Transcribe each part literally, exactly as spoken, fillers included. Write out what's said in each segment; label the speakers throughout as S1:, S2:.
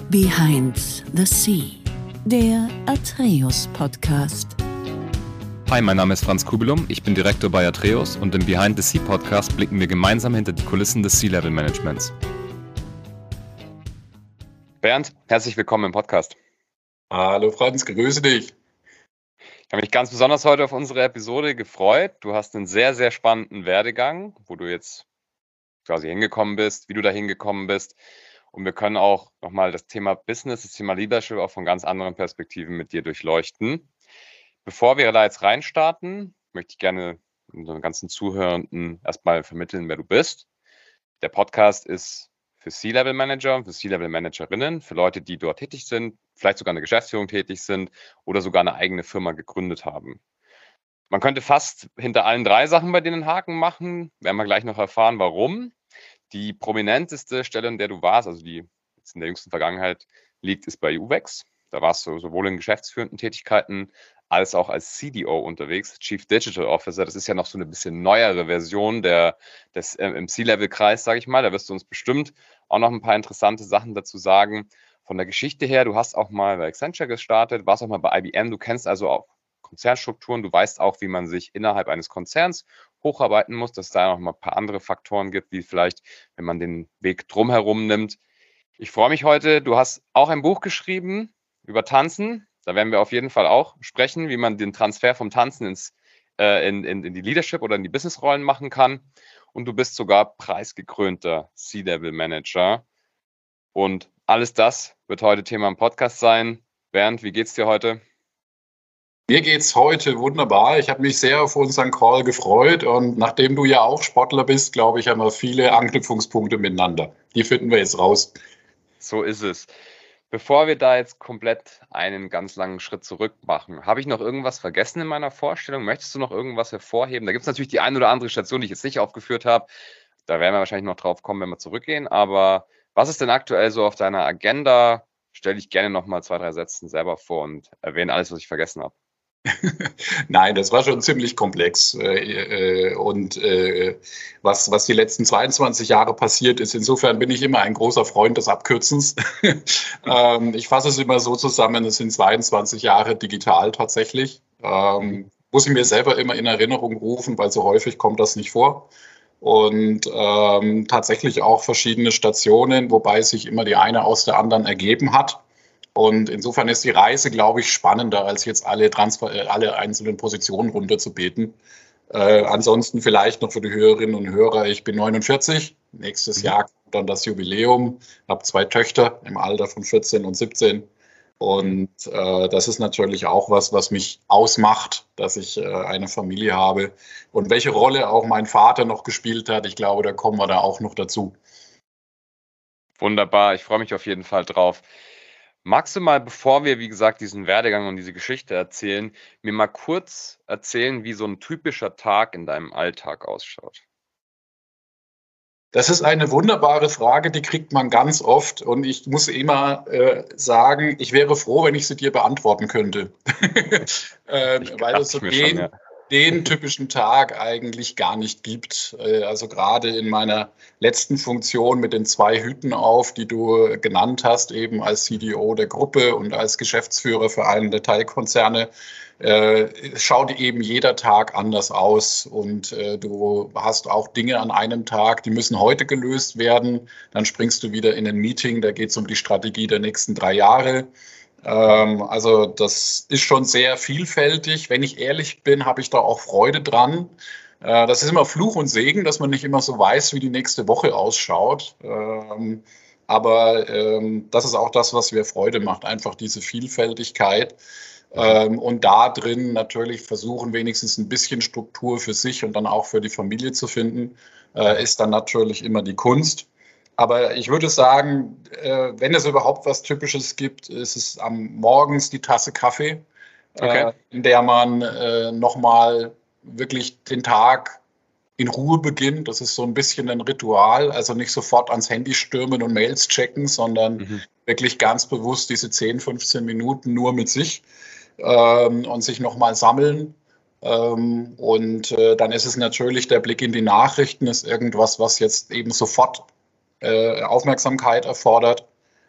S1: Behind the Sea, der Atreus Podcast.
S2: Hi, mein Name ist Franz Kubelum, ich bin Direktor bei Atreus und im Behind the Sea Podcast blicken wir gemeinsam hinter die Kulissen des Sea-Level Managements. Bernd, herzlich willkommen im Podcast.
S3: Hallo Franz, grüße dich.
S2: Ich habe mich ganz besonders heute auf unsere Episode gefreut. Du hast einen sehr, sehr spannenden Werdegang, wo du jetzt quasi hingekommen bist, wie du da hingekommen bist. Und wir können auch nochmal das Thema Business, das Thema Leadership auch von ganz anderen Perspektiven mit dir durchleuchten. Bevor wir da jetzt reinstarten, möchte ich gerne unseren ganzen Zuhörenden erstmal vermitteln, wer du bist. Der Podcast ist für Sea-Level Manager, für Sea-Level Managerinnen, für Leute, die dort tätig sind, vielleicht sogar in der Geschäftsführung tätig sind oder sogar eine eigene Firma gegründet haben. Man könnte fast hinter allen drei Sachen bei denen einen Haken machen, werden wir gleich noch erfahren, warum. Die prominenteste Stelle, in der du warst, also die jetzt in der jüngsten Vergangenheit liegt, ist bei Uvex. Da warst du sowohl in geschäftsführenden Tätigkeiten als auch als C D O unterwegs, Chief Digital Officer. Das ist ja noch so eine bisschen neuere Version der, des äh, im C-Level-Kreis, sage ich mal. Da wirst du uns bestimmt auch noch ein paar interessante Sachen dazu sagen. Von der Geschichte her, du hast auch mal bei Accenture gestartet, warst auch mal bei I B M. Du kennst also auch Konzernstrukturen. Du weißt auch, wie man sich innerhalb eines Konzerns hocharbeiten muss, dass es da noch mal ein paar andere Faktoren gibt, wie vielleicht, wenn man den Weg drumherum nimmt. Ich freue mich heute, du hast auch ein Buch geschrieben über Tanzen. Da werden wir auf jeden Fall auch sprechen, wie man den Transfer vom Tanzen ins, äh, in, in, in die Leadership oder in die Businessrollen machen kann. Und du bist sogar preisgekrönter C-Level Manager. Und alles das wird heute Thema im Podcast sein. Bernd, wie geht's dir heute?
S3: Mir geht's heute wunderbar. Ich habe mich sehr auf unseren Call gefreut und nachdem du ja auch Sportler bist, glaube ich, haben wir viele Anknüpfungspunkte miteinander. Die finden wir jetzt raus.
S2: So ist es. Bevor wir da jetzt komplett einen ganz langen Schritt zurück machen, habe ich noch irgendwas vergessen in meiner Vorstellung? Möchtest du noch irgendwas hervorheben? Da gibt es natürlich die ein oder andere Station, die ich jetzt nicht aufgeführt habe. Da werden wir wahrscheinlich noch drauf kommen, wenn wir zurückgehen. Aber was ist denn aktuell so auf deiner Agenda? Stell dich gerne noch mal zwei, drei Sätzen selber vor und erwähne alles, was ich vergessen habe.
S3: Nein, das war schon ziemlich komplex. Und was, was die letzten zweiundzwanzig Jahre passiert ist, insofern bin ich immer ein großer Freund des Abkürzens. Ich fasse es immer so zusammen, es sind zweiundzwanzig Jahre digital tatsächlich. Muss ich mir selber immer in Erinnerung rufen, weil so häufig kommt das nicht vor. Und ähm, tatsächlich auch verschiedene Stationen, wobei sich immer die eine aus der anderen ergeben hat. Und insofern ist die Reise, glaube ich, spannender, als jetzt alle, Transfer alle einzelnen Positionen runterzubeten. Äh, ansonsten vielleicht noch für die Hörerinnen und Hörer, ich bin neunundvierzig, nächstes Jahr kommt dann das Jubiläum, habe zwei Töchter im Alter von vierzehn und siebzehn. Und äh, das ist natürlich auch was, was mich ausmacht, dass ich äh, eine Familie habe. Und welche Rolle auch mein Vater noch gespielt hat, ich glaube, da kommen wir da auch noch dazu.
S2: Wunderbar, ich freue mich auf jeden Fall drauf. Magst du mal, bevor wir, wie gesagt, diesen Werdegang und diese Geschichte erzählen, mir mal kurz erzählen, wie so ein typischer Tag in deinem Alltag ausschaut?
S3: Das ist eine wunderbare Frage, die kriegt man ganz oft. Und ich muss immer äh, sagen, ich wäre froh, wenn ich sie dir beantworten könnte. äh, weil es so den, schon, ja. den typischen Tag eigentlich gar nicht gibt. Äh, also gerade in meiner letzten Funktion mit den zwei Hüten auf, die du genannt hast, eben als C D O der Gruppe und als Geschäftsführer für einen der Teilkonzerne, äh, schaut eben jeder Tag anders aus. Und äh, du hast auch Dinge an einem Tag, die müssen heute gelöst werden. Dann springst du wieder in ein Meeting, da geht es um die Strategie der nächsten drei Jahre. Ähm, also das ist schon sehr vielfältig. Wenn ich ehrlich bin, habe ich da auch Freude dran. Äh, das ist immer Fluch und Segen, dass man nicht immer so weiß, wie die nächste Woche ausschaut. Ähm, aber ähm, das ist auch das, was mir Freude macht, einfach diese Vielfältigkeit. Ähm, und da drin natürlich versuchen, wenigstens ein bisschen Struktur für sich und dann auch für die Familie zu finden, äh, ist dann natürlich immer die Kunst. Aber ich würde sagen, äh, wenn es überhaupt was Typisches gibt, ist es am morgens die Tasse Kaffee,
S2: okay.
S3: äh, in der man äh, nochmal wirklich den Tag in Ruhe beginnt. Das ist so ein bisschen ein Ritual, also nicht sofort ans Handy stürmen und Mails checken, sondern mhm. wirklich ganz bewusst diese zehn, fünfzehn Minuten nur mit sich ähm, und sich nochmal sammeln. Ähm, und äh, dann ist es natürlich der Blick in die Nachrichten, ist irgendwas, was jetzt eben sofort äh, Aufmerksamkeit erfordert.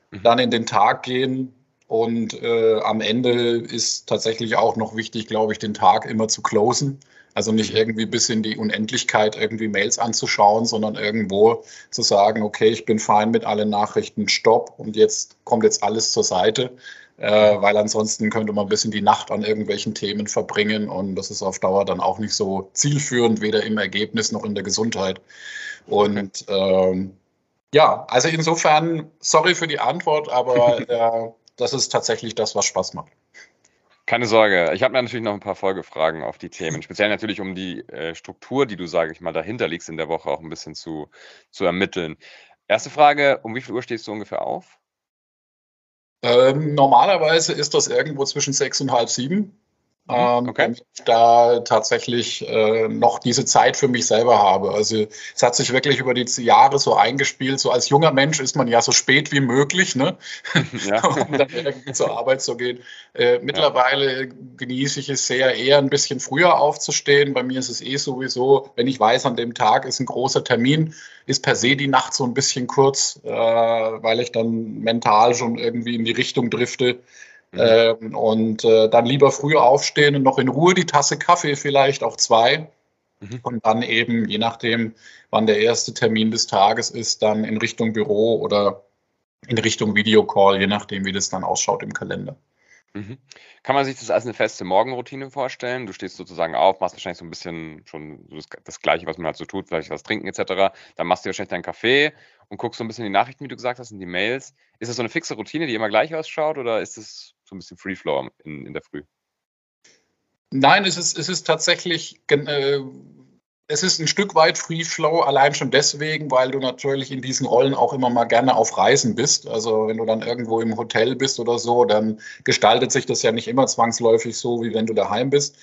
S3: mhm. dann in den Tag gehen. Und äh, am Ende ist tatsächlich auch noch wichtig, glaube ich, den Tag immer zu closen. Also nicht mhm. irgendwie bis in die Unendlichkeit irgendwie Mails anzuschauen, sondern irgendwo zu sagen, okay, ich bin fein mit allen Nachrichten, stopp und jetzt kommt jetzt alles zur Seite. Äh, weil ansonsten könnte man bis in die Nacht an irgendwelchen Themen verbringen und das ist auf Dauer dann auch nicht so zielführend, weder im Ergebnis noch in der Gesundheit. Und ähm, ja, also insofern, sorry für die Antwort, aber äh, das ist tatsächlich das, was Spaß macht.
S2: Keine Sorge, ich habe natürlich noch ein paar Folgefragen auf die Themen, speziell natürlich um die äh, Struktur, die du, sage ich mal, dahinter liegst in der Woche auch ein bisschen zu, zu ermitteln. Erste Frage, um wie viel Uhr stehst du ungefähr auf?
S3: Ähm, normalerweise ist das irgendwo zwischen sechs und halb sieben. Ähm,
S2: okay.
S3: damit ich da tatsächlich äh, noch diese Zeit für mich selber habe. Also es hat sich wirklich über die Jahre so eingespielt. So als junger Mensch ist man ja so spät wie möglich, ne? Ja. um dann irgendwie zur Arbeit zu gehen. Äh, mittlerweile ja. genieße ich es sehr, eher ein bisschen früher aufzustehen. Bei mir ist es eh sowieso, wenn ich weiß, an dem Tag ist ein großer Termin, ist per se die Nacht so ein bisschen kurz, äh, weil ich dann mental schon irgendwie in die Richtung drifte. Mhm. Ähm, und äh, dann lieber früh aufstehen und noch in Ruhe die Tasse Kaffee, vielleicht auch zwei. Mhm. Und dann eben, je nachdem, wann der erste Termin des Tages ist, dann in Richtung Büro oder in Richtung Videocall, je nachdem, wie das dann ausschaut im Kalender.
S2: Mhm. Kann man sich das als eine feste Morgenroutine vorstellen? Du stehst sozusagen auf, machst wahrscheinlich so ein bisschen schon das, das Gleiche, was man halt so tut, vielleicht was trinken et cetera. Dann machst du wahrscheinlich deinen Kaffee und guckst so ein bisschen die Nachrichten, wie du gesagt hast, und die Mails. Ist das so eine fixe Routine, die immer gleich ausschaut oder ist es so ein bisschen Freeflow in, in der Früh?
S3: Nein, es ist, es ist tatsächlich, äh, es ist ein Stück weit Free Flow, allein schon deswegen, weil du natürlich in diesen Rollen auch immer mal gerne auf Reisen bist. Also wenn du dann irgendwo im Hotel bist oder so, dann gestaltet sich das ja nicht immer zwangsläufig so, wie wenn du daheim bist.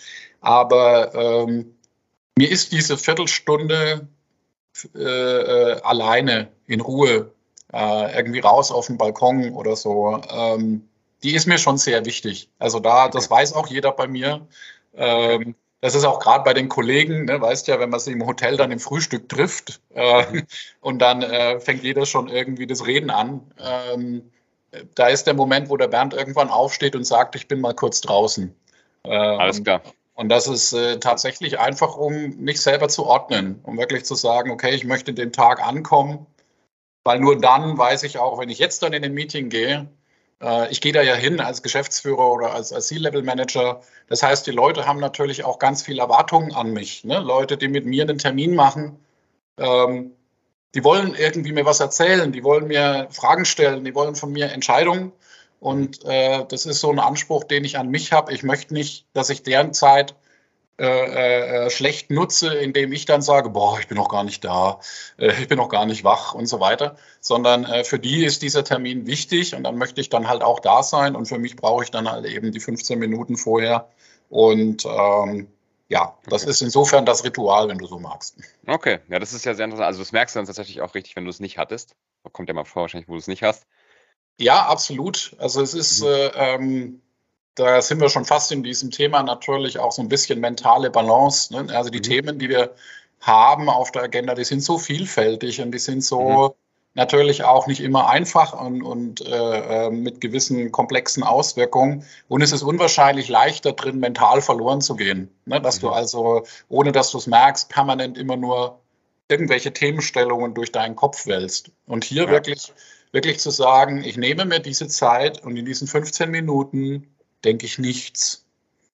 S3: Aber ähm, mir ist diese Viertelstunde äh, äh, alleine in Ruhe äh, irgendwie raus auf den Balkon oder so, ähm, die ist mir schon sehr wichtig. Also da, das weiß auch jeder bei mir. Ähm, das ist auch gerade bei den Kollegen, ne, weißt ja, wenn man sie im Hotel dann im Frühstück trifft äh, mhm. und dann äh, fängt jeder schon irgendwie das Reden an. Ähm, da ist der Moment, wo der Bernd irgendwann aufsteht und sagt, ich bin mal kurz draußen. Äh,
S2: Alles
S3: und,
S2: klar.
S3: Und das ist äh, tatsächlich einfach, um mich selber zu ordnen, um wirklich zu sagen, okay, ich möchte den Tag ankommen, weil nur dann weiß ich auch, wenn ich jetzt dann in ein Meeting gehe, äh, ich gehe da ja hin als Geschäftsführer oder als, als C-Level-Manager. Das heißt, die Leute haben natürlich auch ganz viel Erwartungen an mich. Ne? Leute, die mit mir einen Termin machen, ähm, die wollen irgendwie mir was erzählen, die wollen mir Fragen stellen, die wollen von mir Entscheidungen. Und äh, das ist so ein Anspruch, den ich an mich habe. Ich möchte nicht, dass ich deren Zeit äh, äh, schlecht nutze, indem ich dann sage, boah, ich bin noch gar nicht da, äh, ich bin noch gar nicht wach und so weiter, sondern äh, für die ist dieser Termin wichtig und dann möchte ich dann halt auch da sein und für mich brauche ich dann halt eben die fünfzehn Minuten vorher und ähm, ja, das okay. ist insofern das Ritual, wenn du so magst.
S2: Okay, ja, das ist ja sehr interessant. Also das merkst du dann tatsächlich auch richtig, wenn du es nicht hattest. Kommt ja mal vor, wahrscheinlich, wo du es nicht hast.
S3: Ja, absolut. Also es ist, mhm. äh, ähm, da sind wir schon fast in diesem Thema natürlich auch so ein bisschen mentale Balance. Ne? Also die mhm. Themen, die wir haben auf der Agenda, die sind so vielfältig und die sind so mhm. natürlich auch nicht immer einfach und, und äh, mit gewissen komplexen Auswirkungen. Und es ist unwahrscheinlich leichter drin, mental verloren zu gehen. Ne? Dass mhm. du also, ohne dass du es merkst, permanent immer nur irgendwelche Themenstellungen durch deinen Kopf wälzt. Und hier ja. wirklich, wirklich zu sagen, ich nehme mir diese Zeit und in diesen fünfzehn Minuten denke ich nichts,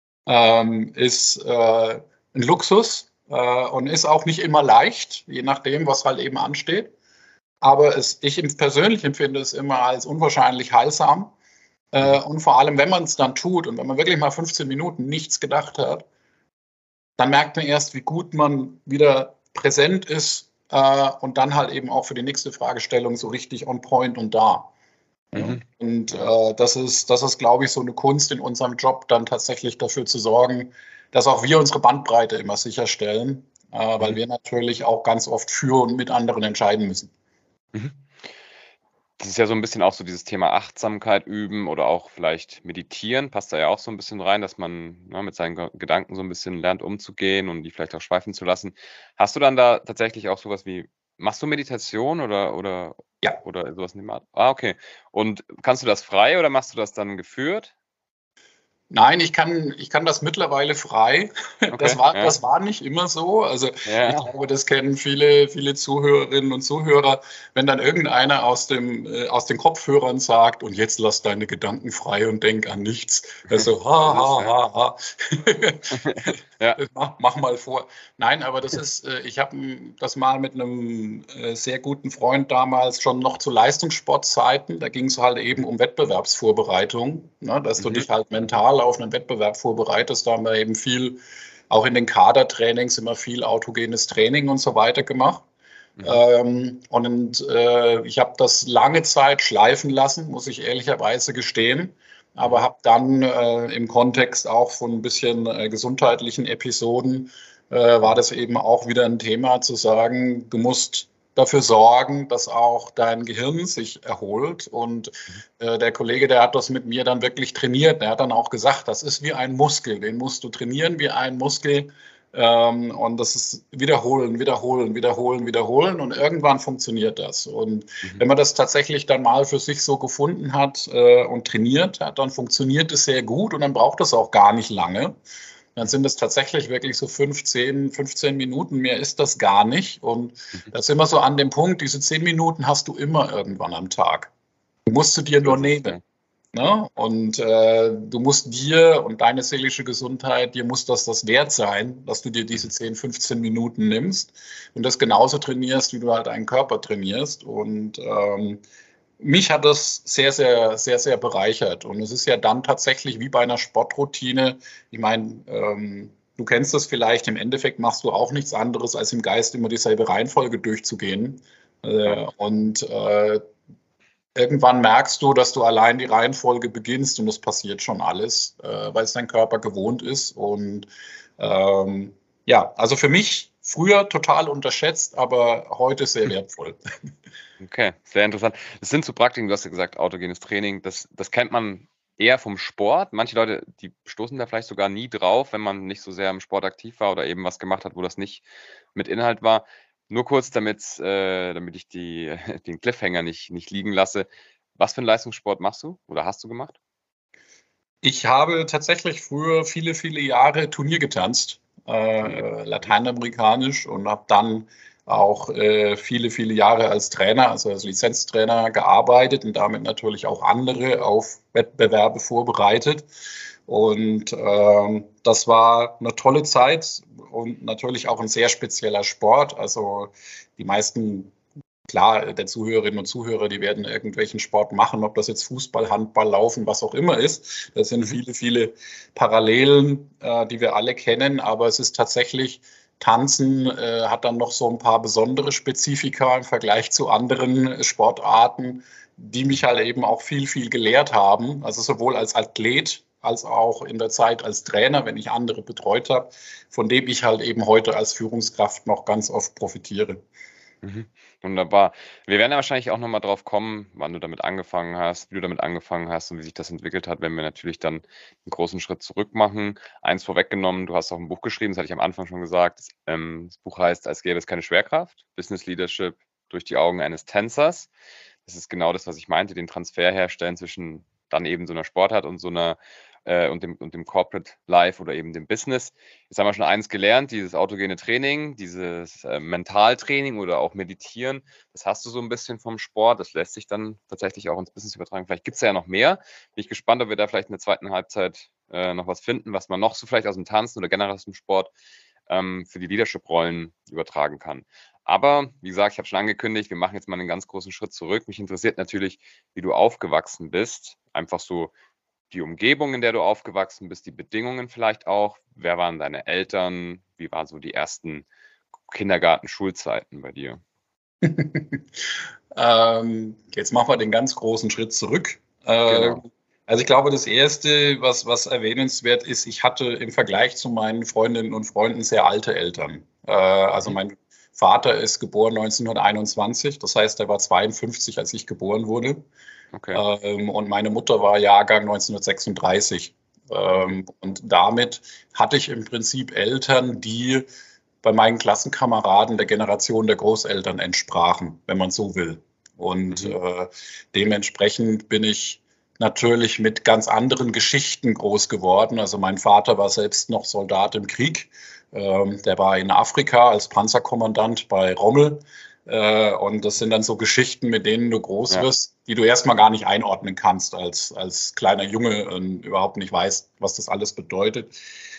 S3: ähm, ist äh, ein Luxus äh, und ist auch nicht immer leicht, je nachdem, was halt eben ansteht. Aber es, ich persönlich empfinde es immer als unwahrscheinlich heilsam. Äh, und vor allem, wenn man es dann tut und wenn man wirklich mal fünfzehn Minuten nichts gedacht hat, dann merkt man erst, wie gut man wieder präsent ist äh, und dann halt eben auch für die nächste Fragestellung so richtig on point und da. Mhm. Und äh, das ist, das ist, glaube ich, so eine Kunst in unserem Job, dann tatsächlich dafür zu sorgen, dass auch wir unsere Bandbreite immer sicherstellen, äh, weil mhm. wir natürlich auch ganz oft für und mit anderen entscheiden müssen.
S2: Mhm. Das ist ja so ein bisschen auch so dieses Thema Achtsamkeit üben oder auch vielleicht meditieren, passt da ja auch so ein bisschen rein, dass man ne, mit seinen Gedanken so ein bisschen lernt umzugehen und die vielleicht auch schweifen zu lassen. Hast du dann da tatsächlich auch sowas wie machst du Meditation oder, oder,
S3: Ja.
S2: oder sowas in dem Art? Ah, okay. Und kannst du das frei oder machst du das dann geführt?
S3: Nein, ich kann, ich kann das mittlerweile frei. Das
S2: Okay,
S3: war,
S2: ja.
S3: das war nicht immer so. Also
S2: Ja.
S3: ich glaube, das kennen viele, viele Zuhörerinnen und Zuhörer, wenn dann irgendeiner aus dem, äh, aus den Kopfhörern sagt, und jetzt lass deine Gedanken frei und denk an nichts. Also, ha, ha, ha, ha.
S2: Ja.
S3: mach, mach mal vor. Nein, aber das ist, äh, ich habe das mal mit einem äh, sehr guten Freund damals schon noch zu Leistungssportzeiten. Da ging es halt eben um Wettbewerbsvorbereitung, ne, dass du
S2: Mhm.
S3: dich halt mental auf einen Wettbewerb vorbereitest. Da haben wir eben viel, auch in den Kadertrainings immer viel autogenes Training und so weiter gemacht.
S2: Mhm.
S3: Ähm, und äh, ich habe das lange Zeit schleifen lassen, muss ich ehrlicherweise gestehen. Aber habe dann äh, im Kontext auch von ein bisschen äh, gesundheitlichen Episoden, äh, war das eben auch wieder ein Thema zu sagen, du musst dafür sorgen, dass auch dein Gehirn sich erholt. Und äh, der Kollege, der hat das mit mir dann wirklich trainiert. Der hat dann auch gesagt, das ist wie ein Muskel, den musst du trainieren wie ein Muskel. Ähm, und das ist wiederholen, wiederholen, wiederholen, wiederholen und irgendwann funktioniert das. Und
S2: Mhm.
S3: wenn man das tatsächlich dann mal für sich so gefunden hat äh, und trainiert hat, dann funktioniert es sehr gut und dann braucht es auch gar nicht lange. Dann sind es tatsächlich wirklich so fünfzehn, fünfzehn Minuten, mehr ist das gar nicht. Und
S2: Mhm.
S3: da sind wir so an dem Punkt, diese zehn Minuten hast du immer irgendwann am Tag. Du musst du dir nur
S2: Das ist,
S3: nehmen. Ne? Und äh, du musst dir und deine seelische Gesundheit, dir muss das das wert sein, dass du dir diese zehn, fünfzehn Minuten nimmst und das genauso trainierst, wie du halt deinen Körper trainierst. Und ähm, mich hat das sehr, sehr, sehr, sehr bereichert. Und es ist ja dann tatsächlich wie bei einer Sportroutine. Ich meine, ähm, du kennst das vielleicht, im Endeffekt machst du auch nichts anderes, als im Geist immer dieselbe Reihenfolge durchzugehen. Äh, und äh, irgendwann merkst du, dass du allein die Reihenfolge beginnst und es passiert schon alles, äh, weil es dein Körper gewohnt ist. Und ähm, ja, also für mich früher total unterschätzt, aber heute sehr wertvoll.
S2: Okay, sehr interessant. Das sind so Praktiken, du hast ja gesagt, autogenes Training, das, das kennt man eher vom Sport. Manche Leute, die stoßen da vielleicht sogar nie drauf, wenn man nicht so sehr im Sport aktiv war oder eben was gemacht hat, wo das nicht mit Inhalt war. Nur kurz, damit, äh, damit ich die, den Cliffhanger nicht, nicht liegen lasse. Was für einen Leistungssport machst du oder hast du gemacht?
S3: Ich habe tatsächlich früher viele, viele Jahre Turnier getanzt, äh, lateinamerikanisch, und habe dann auch äh, viele, viele Jahre als Trainer, also als Lizenztrainer gearbeitet und damit natürlich auch andere auf Wettbewerbe vorbereitet. Und ähm, das war eine tolle Zeit und natürlich auch ein sehr spezieller Sport. Also die meisten, klar, der Zuhörerinnen und Zuhörer, die werden irgendwelchen Sport machen, ob das jetzt Fußball, Handball, Laufen, was auch immer ist. Das sind
S2: Mhm.
S3: viele, viele Parallelen, äh, die wir alle kennen, aber es ist tatsächlich, Tanzen äh, hat dann noch so ein paar besondere Spezifika im Vergleich zu anderen Sportarten, die mich halt eben auch viel, viel gelehrt haben. Also sowohl als Athlet als auch in der Zeit als Trainer, wenn ich andere betreut habe, von dem ich halt eben heute als Führungskraft noch ganz oft profitiere.
S2: Mhm. Wunderbar. Wir werden ja wahrscheinlich auch noch mal drauf kommen, wann du damit angefangen hast, wie du damit angefangen hast und wie sich das entwickelt hat, wenn wir natürlich dann einen großen Schritt zurück machen. Eins vorweggenommen, du hast auch ein Buch geschrieben, das hatte ich am Anfang schon gesagt. Das, ähm, das Buch heißt „Als gäbe es keine Schwerkraft. Business Leadership durch die Augen eines Tänzers." Das ist genau das, was ich meinte, den Transfer herstellen zwischen dann eben so einer Sportart und so einer äh, und dem, und dem Corporate Life oder eben dem Business. Jetzt haben wir schon eins gelernt, dieses autogene Training, dieses äh, Mentaltraining oder auch Meditieren. Das hast du so ein bisschen vom Sport. Das lässt sich dann tatsächlich auch ins Business übertragen. Vielleicht gibt es ja noch mehr. Bin ich gespannt, ob wir da vielleicht in der zweiten Halbzeit äh, noch was finden, was man noch so vielleicht aus dem Tanzen oder generell aus dem Sport ähm, für die Leadership-Rollen übertragen kann. Aber wie gesagt, ich habe schon angekündigt, wir machen jetzt mal einen ganz großen Schritt zurück. Mich interessiert natürlich, wie du aufgewachsen bist. Einfach so die Umgebung, in der du aufgewachsen bist, die Bedingungen vielleicht auch. Wer waren deine Eltern? Wie waren so die ersten Kindergarten-Schulzeiten bei dir?
S3: ähm, jetzt machen wir den ganz großen Schritt zurück.
S2: Genau.
S3: Ähm, also ich glaube, das Erste, was, was erwähnenswert ist, ich hatte im Vergleich zu meinen Freundinnen und Freunden sehr alte Eltern. Äh, also
S2: Mhm.
S3: mein Vater ist geboren neunzehnhunderteinundzwanzig, das heißt, er war zweiundfünfzig, als ich geboren wurde.
S2: Okay.
S3: Ähm, und meine Mutter war Jahrgang neunzehnhundertsechsunddreißig. Ähm, und damit hatte ich im Prinzip Eltern, die bei meinen Klassenkameraden der Generation der Großeltern entsprachen, wenn man so will. Und mhm. äh, dementsprechend bin ich natürlich mit ganz anderen Geschichten groß geworden. Also mein Vater war selbst noch Soldat im Krieg. Ähm, der war in Afrika als Panzerkommandant bei Rommel. Äh, und das sind dann so Geschichten, mit denen du groß ja. wirst, die du erstmal gar nicht einordnen kannst als, als kleiner Junge und überhaupt nicht weißt, was das alles bedeutet.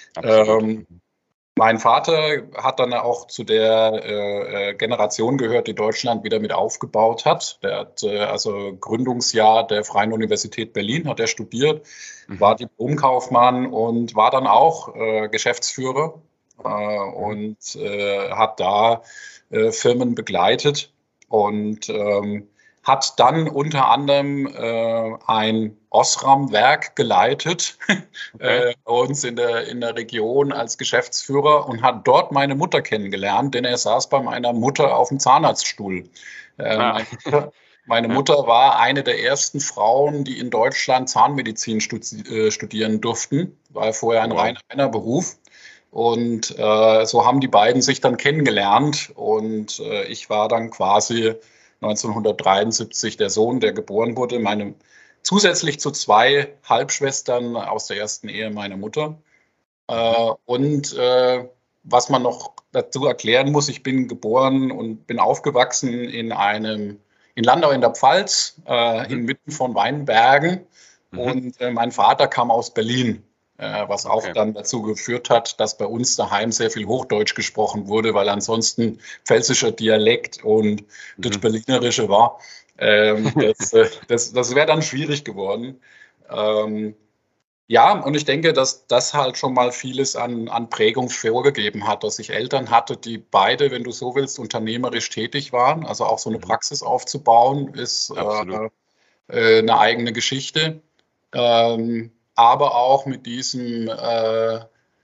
S3: Ähm, mein Vater hat dann auch zu der äh, Generation gehört, die Deutschland wieder mit aufgebaut hat. Der hat äh, also Gründungsjahr der Freien Universität Berlin, hat er studiert, mhm. war Diplomkaufmann und war dann auch äh, Geschäftsführer äh, mhm. und äh, hat da äh, Firmen begleitet und ähm, hat dann unter anderem äh, ein Osram-Werk geleitet, okay. äh, uns in der, in der Region als Geschäftsführer und hat dort meine Mutter kennengelernt, denn er saß bei meiner Mutter auf dem Zahnarztstuhl. Äh, ah. meine, Mutter, meine Mutter war eine der ersten Frauen, die in Deutschland Zahnmedizin studi äh, studieren durften, war vorher ein wow. reiner Männerberuf. Und äh, so haben die beiden sich dann kennengelernt und äh, ich war dann quasi neunzehnhundertdreiundsiebzig der Sohn, der geboren wurde, meine, zusätzlich zu zwei Halbschwestern aus der ersten Ehe meiner Mutter. Äh, und äh, was man noch dazu erklären muss, ich bin geboren und bin aufgewachsen in einem, in Landau in der Pfalz, äh, mhm. inmitten von Weinbergen. Mhm. Und äh, mein Vater kam aus Berlin. Was auch okay. dann dazu geführt hat, dass bei uns daheim sehr viel Hochdeutsch gesprochen wurde, weil ansonsten pfälzischer Dialekt und mhm. das Berlinerische war. Ähm, das das, das wäre dann schwierig geworden. Ähm, ja, und ich denke, dass das halt schon mal vieles an, an Prägung vorgegeben hat, dass ich Eltern hatte, die beide, wenn du so willst, unternehmerisch tätig waren. Also auch so eine Praxis aufzubauen, ist äh, äh, eine eigene Geschichte. Ähm, aber auch mit diesen äh,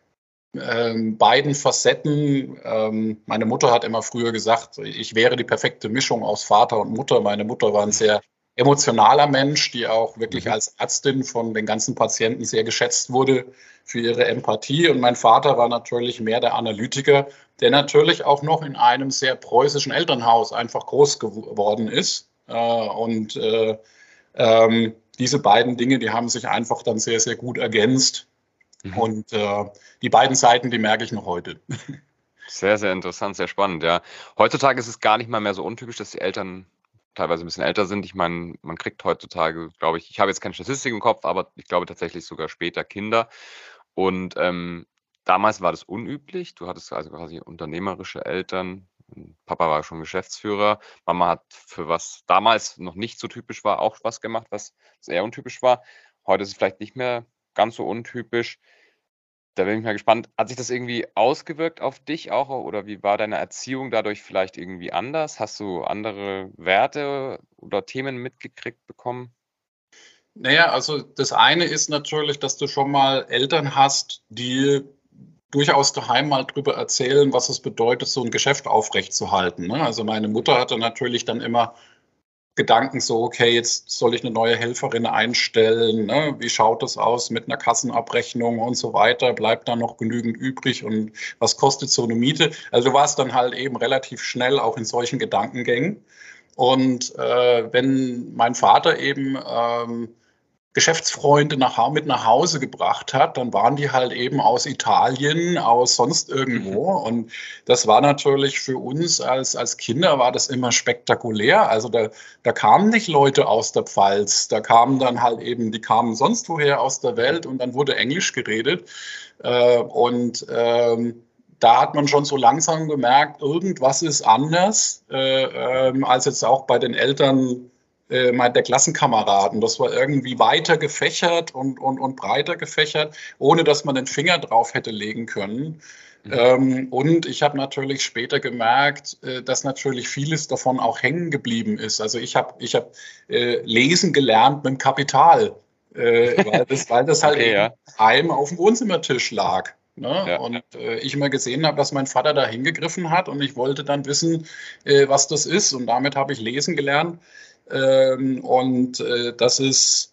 S3: äh, beiden Facetten. Ähm, meine Mutter hat immer früher gesagt, ich wäre die perfekte Mischung aus Vater und Mutter. Meine Mutter war ein sehr emotionaler Mensch, die auch wirklich mhm. als Ärztin von den ganzen Patienten sehr geschätzt wurde für ihre Empathie. Und mein Vater war natürlich mehr der Analytiker, der natürlich auch noch in einem sehr preußischen Elternhaus einfach groß geworden ist. Äh, und äh, ähm, diese beiden Dinge, die haben sich einfach dann sehr, sehr gut ergänzt. Mhm. Und äh, die beiden Seiten, die merke ich noch heute.
S2: Sehr, sehr interessant, sehr spannend, ja. Heutzutage ist es gar nicht mal mehr so untypisch, dass die Eltern teilweise ein bisschen älter sind. Ich meine, man kriegt heutzutage, glaube ich, ich habe jetzt keine Statistik im Kopf, aber ich glaube tatsächlich sogar später Kinder. Und ähm, damals war das unüblich. Du hattest also quasi unternehmerische Eltern. Papa war schon Geschäftsführer. Mama hat für was damals noch nicht so typisch war, auch was gemacht, was sehr untypisch war. Heute ist es vielleicht nicht mehr ganz so untypisch. Da bin ich mal gespannt. Hat sich das irgendwie ausgewirkt auf dich auch oder wie war deine Erziehung dadurch vielleicht irgendwie anders? Hast du andere Werte oder Themen mitgekriegt bekommen?
S3: Naja, also das eine ist natürlich, dass du schon mal Eltern hast, die durchaus daheim mal drüber erzählen, was es bedeutet, so ein Geschäft aufrechtzuerhalten. Ne? Also meine Mutter hatte natürlich dann immer Gedanken so, okay, jetzt soll ich eine neue Helferin einstellen, ne? Wie schaut das aus mit einer Kassenabrechnung und so weiter, bleibt da noch genügend übrig und was kostet so eine Miete? Also du warst dann halt eben relativ schnell auch in solchen Gedankengängen. Und äh, wenn mein Vater eben ähm, Geschäftsfreunde nach, mit nach Hause gebracht hat, dann waren die halt eben aus Italien, aus sonst irgendwo. Und das war natürlich für uns als, als Kinder war das immer spektakulär. Also da, da kamen nicht Leute aus der Pfalz, da kamen dann halt eben, die kamen sonst woher aus der Welt und dann wurde Englisch geredet. Äh, und ähm, da hat man schon so langsam gemerkt, irgendwas ist anders, äh, äh, als jetzt auch bei den Eltern der Klassenkameraden. Das war irgendwie weiter gefächert und, und, und breiter gefächert, ohne dass man den Finger drauf hätte legen können. Mhm. Ähm, und ich habe natürlich später gemerkt, äh, dass natürlich vieles davon auch hängen geblieben ist. Also ich habe ich hab, äh, lesen gelernt mit dem Kapital, äh, weil, das, weil das halt okay, eben ja. heim auf dem Wohnzimmertisch lag. Ne? Ja. Und äh, ich immer gesehen habe, dass mein Vater da hingegriffen hat und ich wollte dann wissen, äh, was das ist. Und damit habe ich lesen gelernt. Ähm, und äh, das ist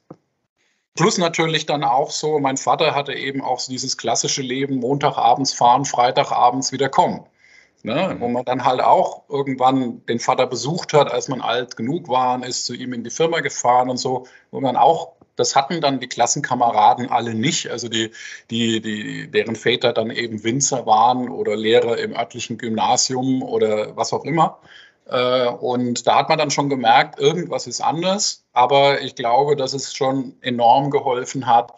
S3: plus natürlich dann auch so, mein Vater hatte eben auch dieses klassische Leben, Montagabends fahren, Freitagabends wieder kommen. Ne? Wo man dann halt auch irgendwann den Vater besucht hat, als man alt genug war, und ist zu ihm in die Firma gefahren und so, wo man auch, das hatten dann die Klassenkameraden alle nicht, also die, die, die, deren Väter dann eben Winzer waren oder Lehrer im örtlichen Gymnasium oder was auch immer. Und da hat man dann schon gemerkt, irgendwas ist anders, aber ich glaube, dass es schon enorm geholfen hat,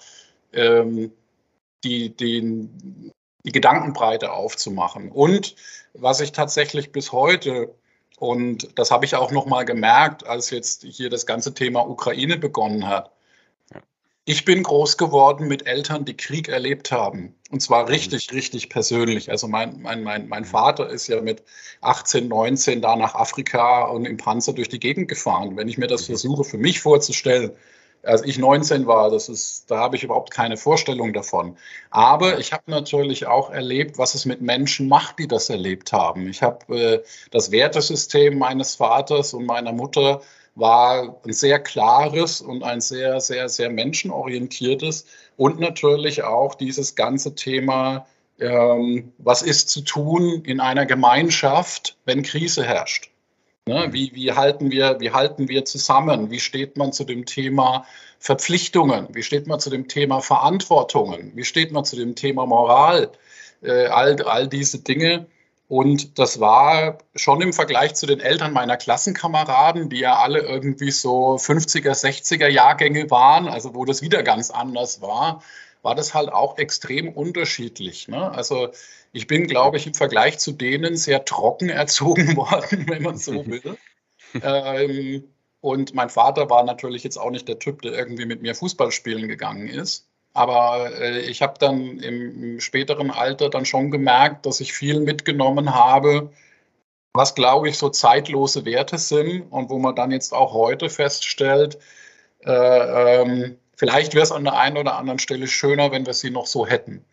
S3: die, die, die Gedankenbreite aufzumachen. Und was ich tatsächlich bis heute, und das habe ich auch noch mal gemerkt, als jetzt hier das ganze Thema Ukraine begonnen hat, ja. Ich bin groß geworden mit Eltern, die Krieg erlebt haben. Und zwar richtig, richtig persönlich. Also mein, mein, mein, mein Vater ist ja mit achtzehn, neunzehn da nach Afrika und im Panzer durch die Gegend gefahren. Wenn ich mir das versuche, für mich vorzustellen, als ich neunzehn war, das ist, da habe ich überhaupt keine Vorstellung davon. Aber ich habe natürlich auch erlebt, was es mit Menschen macht, die das erlebt haben. Ich habe äh, das Wertesystem meines Vaters und meiner Mutter war ein sehr klares und ein sehr, sehr, sehr menschenorientiertes und natürlich auch dieses ganze Thema, ähm, was ist zu tun in einer Gemeinschaft, wenn Krise herrscht. Ne, wie, wie, halten wir, wie halten wir zusammen? Wie steht man zu dem Thema Verpflichtungen? Wie steht man zu dem Thema Verantwortungen? Wie steht man zu dem Thema Moral? Äh, all, all diese Dinge. Und das war schon im Vergleich zu den Eltern meiner Klassenkameraden, die ja alle irgendwie so fünfziger, sechziger Jahrgänge waren, also wo das wieder ganz anders war, war das halt auch extrem unterschiedlich. Ne? Also ich bin, glaube ich, im Vergleich zu denen sehr trocken erzogen worden, wenn man so will. ähm, und mein Vater war natürlich jetzt auch nicht der Typ, der irgendwie mit mir Fußball spielen gegangen ist. Aber äh, ich habe dann im, im späteren Alter dann schon gemerkt, dass ich viel mitgenommen habe, was, glaube ich, so zeitlose Werte sind und wo man dann jetzt auch heute feststellt, äh, ähm, vielleicht wäre es an der einen oder anderen Stelle schöner, wenn wir sie noch so hätten.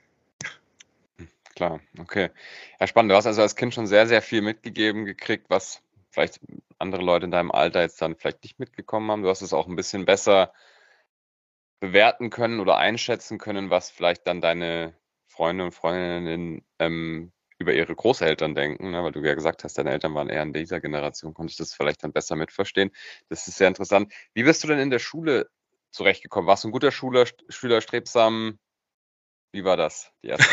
S2: Klar, okay. Ja, spannend. Du hast also als Kind schon sehr, sehr viel mitgegeben gekriegt, was vielleicht andere Leute in deinem Alter jetzt dann vielleicht nicht mitgekommen haben. Du hast es auch ein bisschen besser bewerten können oder einschätzen können, was vielleicht dann deine Freunde und Freundinnen ähm, über ihre Großeltern denken, ne? Weil du ja gesagt hast, deine Eltern waren eher in dieser Generation, konntest du das vielleicht dann besser mitverstehen. Das ist sehr interessant. Wie bist du denn in der Schule zurechtgekommen? Warst du ein guter Schüler, Schüler strebsam? Wie war das, die erste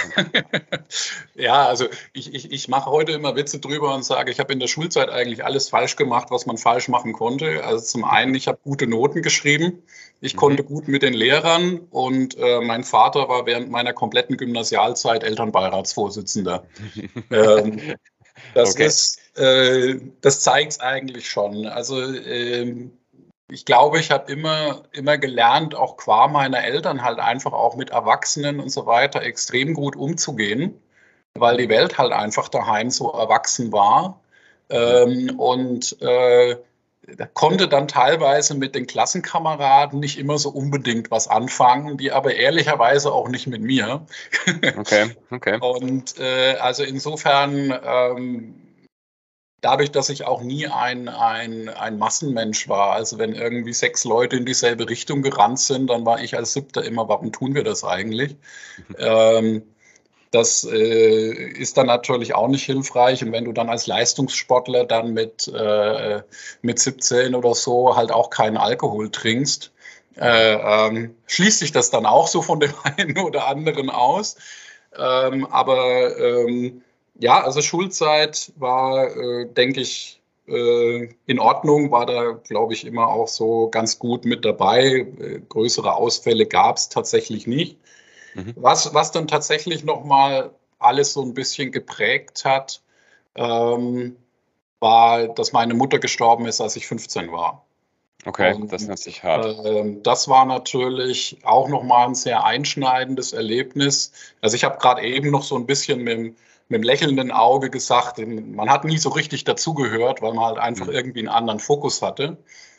S3: Ja, also ich, ich, ich mache heute immer Witze drüber und sage, ich habe in der Schulzeit eigentlich alles falsch gemacht, was man falsch machen konnte. Also zum einen, ich habe gute Noten geschrieben, ich mhm. konnte gut mit den Lehrern und äh, mein Vater war während meiner kompletten Gymnasialzeit Elternbeiratsvorsitzender. ähm, das
S2: okay.
S3: ist, äh, das zeigt es eigentlich schon. Also ähm, ich glaube, ich habe immer, immer gelernt, auch qua meiner Eltern halt einfach auch mit Erwachsenen und so weiter extrem gut umzugehen, weil die Welt halt einfach daheim so erwachsen war. Ähm, und äh, konnte dann teilweise mit den Klassenkameraden nicht immer so unbedingt was anfangen, die aber ehrlicherweise auch nicht mit mir.
S2: Okay, okay.
S3: Und äh, also insofern ähm, dadurch, dass ich auch nie ein, ein, ein Massenmensch war, also wenn irgendwie sechs Leute in dieselbe Richtung gerannt sind, dann war ich als Siebter immer, warum tun wir das eigentlich? ähm, das äh, ist dann natürlich auch nicht hilfreich. Und wenn du dann als Leistungssportler dann mit, äh, mit siebzehn oder so halt auch keinen Alkohol trinkst, äh, ähm, schließt sich das dann auch so von dem einen oder anderen aus. Ähm, aber ähm, ja, also Schulzeit war, äh, denke ich, äh, in Ordnung, war da, glaube ich, immer auch so ganz gut mit dabei. Äh, größere Ausfälle gab es tatsächlich nicht. Mhm. Was, was dann tatsächlich nochmal alles so ein bisschen geprägt hat, ähm, war, dass meine Mutter gestorben ist, als ich fünfzehn war.
S2: Okay,
S3: Und,
S2: das nennt sich hart.
S3: Äh, das war natürlich auch nochmal ein sehr einschneidendes Erlebnis. Also ich habe gerade eben noch so ein bisschen mit dem mit dem lächelnden Auge gesagt, man hat nie so richtig dazugehört, weil man halt einfach mhm. irgendwie einen anderen Fokus hatte.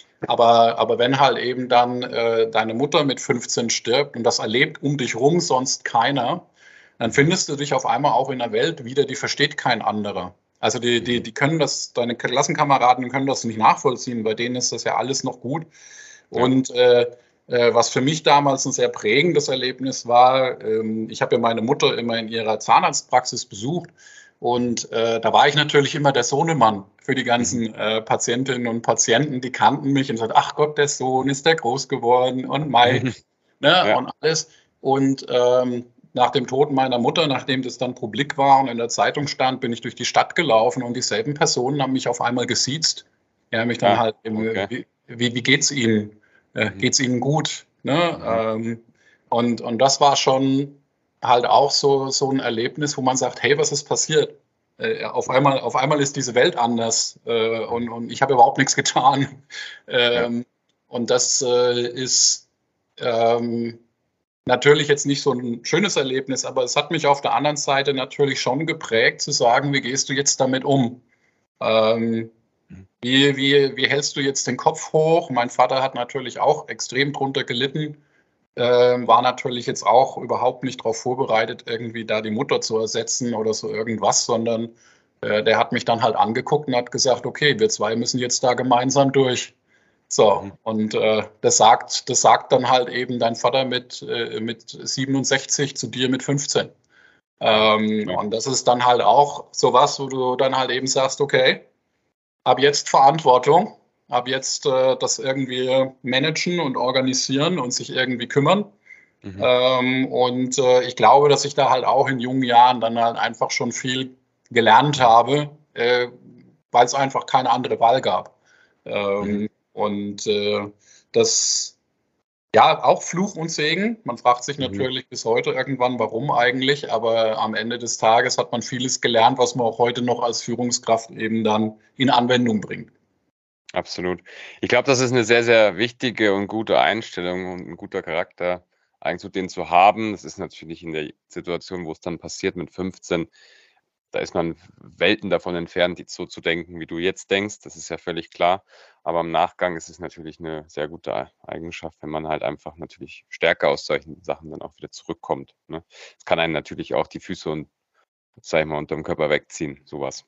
S3: Aber, aber wenn halt eben dann äh, deine Mutter mit fünfzehn stirbt und das erlebt um dich rum sonst keiner, dann findest du dich auf einmal auch in einer Welt wieder, die versteht kein anderer. Also die, die, die können das, deine Klassenkameraden können das nicht nachvollziehen, bei denen ist das ja alles noch gut. Ja. Und äh, was für mich damals ein sehr prägendes Erlebnis war, ich habe ja meine Mutter immer in ihrer Zahnarztpraxis besucht Und äh, da war ich natürlich immer der Sohnemann für die ganzen äh, Patientinnen und Patienten, die kannten mich und sagten, ach Gott, der Sohn ist der groß geworden und Mai, ne, ja. und alles. Und ähm, nach dem Tod meiner Mutter, nachdem das dann publik war und in der Zeitung stand, bin ich durch die Stadt gelaufen und dieselben Personen haben mich auf einmal gesiezt. Ja, mich dann ja, halt, okay. wie, wie, wie geht's Ihnen? Äh, geht's Ihnen gut? Ne? Mhm. Ähm, und, und das war schon halt auch so, so ein Erlebnis, wo man sagt, hey, was ist passiert? Äh, auf einmal, auf einmal ist diese Welt anders äh, und, und ich habe überhaupt nichts getan. Ähm, ja. Und das äh, ist ähm, natürlich jetzt nicht so ein schönes Erlebnis, aber es hat mich auf der anderen Seite natürlich schon geprägt, zu sagen, wie gehst du jetzt damit um? Ähm, wie, wie, wie hältst du jetzt den Kopf hoch? Mein Vater hat natürlich auch extrem drunter gelitten. Ähm, war natürlich jetzt auch überhaupt nicht darauf vorbereitet, irgendwie da die Mutter zu ersetzen oder so irgendwas, sondern äh, der hat mich dann halt angeguckt und hat gesagt, okay, wir zwei müssen jetzt da gemeinsam durch. So, mhm. und äh, das sagt, das sagt dann halt eben dein Vater mit, äh, mit siebenundsechzig zu dir mit fünfzehn. Ähm, ja. Und das ist dann halt auch sowas, wo du dann halt eben sagst, okay, ab jetzt Verantwortung. Ab jetzt äh, das irgendwie managen und organisieren und sich irgendwie kümmern. Mhm. Ähm, und äh, ich glaube, dass ich da halt auch in jungen Jahren dann halt einfach schon viel gelernt habe, äh, weil es einfach keine andere Wahl gab. Ähm, mhm. Und äh, das, ja, auch Fluch und Segen. Man fragt sich natürlich mhm. bis heute irgendwann, warum eigentlich, aber am Ende des Tages hat man vieles gelernt, was man auch heute noch als Führungskraft eben dann in Anwendung bringt.
S2: Absolut. Ich glaube, das ist eine sehr, sehr wichtige und gute Einstellung und ein guter Charakter, eigentlich den zu haben. Das ist natürlich in der Situation, wo es dann passiert mit fünfzehn, da ist man Welten davon entfernt, so zu denken, wie du jetzt denkst. Das ist ja völlig klar. Aber im Nachgang ist es natürlich eine sehr gute Eigenschaft, wenn man halt einfach natürlich stärker aus solchen Sachen dann auch wieder zurückkommt. Ne? Es kann einen natürlich auch die Füße und, sag ich mal, unterm Körper wegziehen, sowas.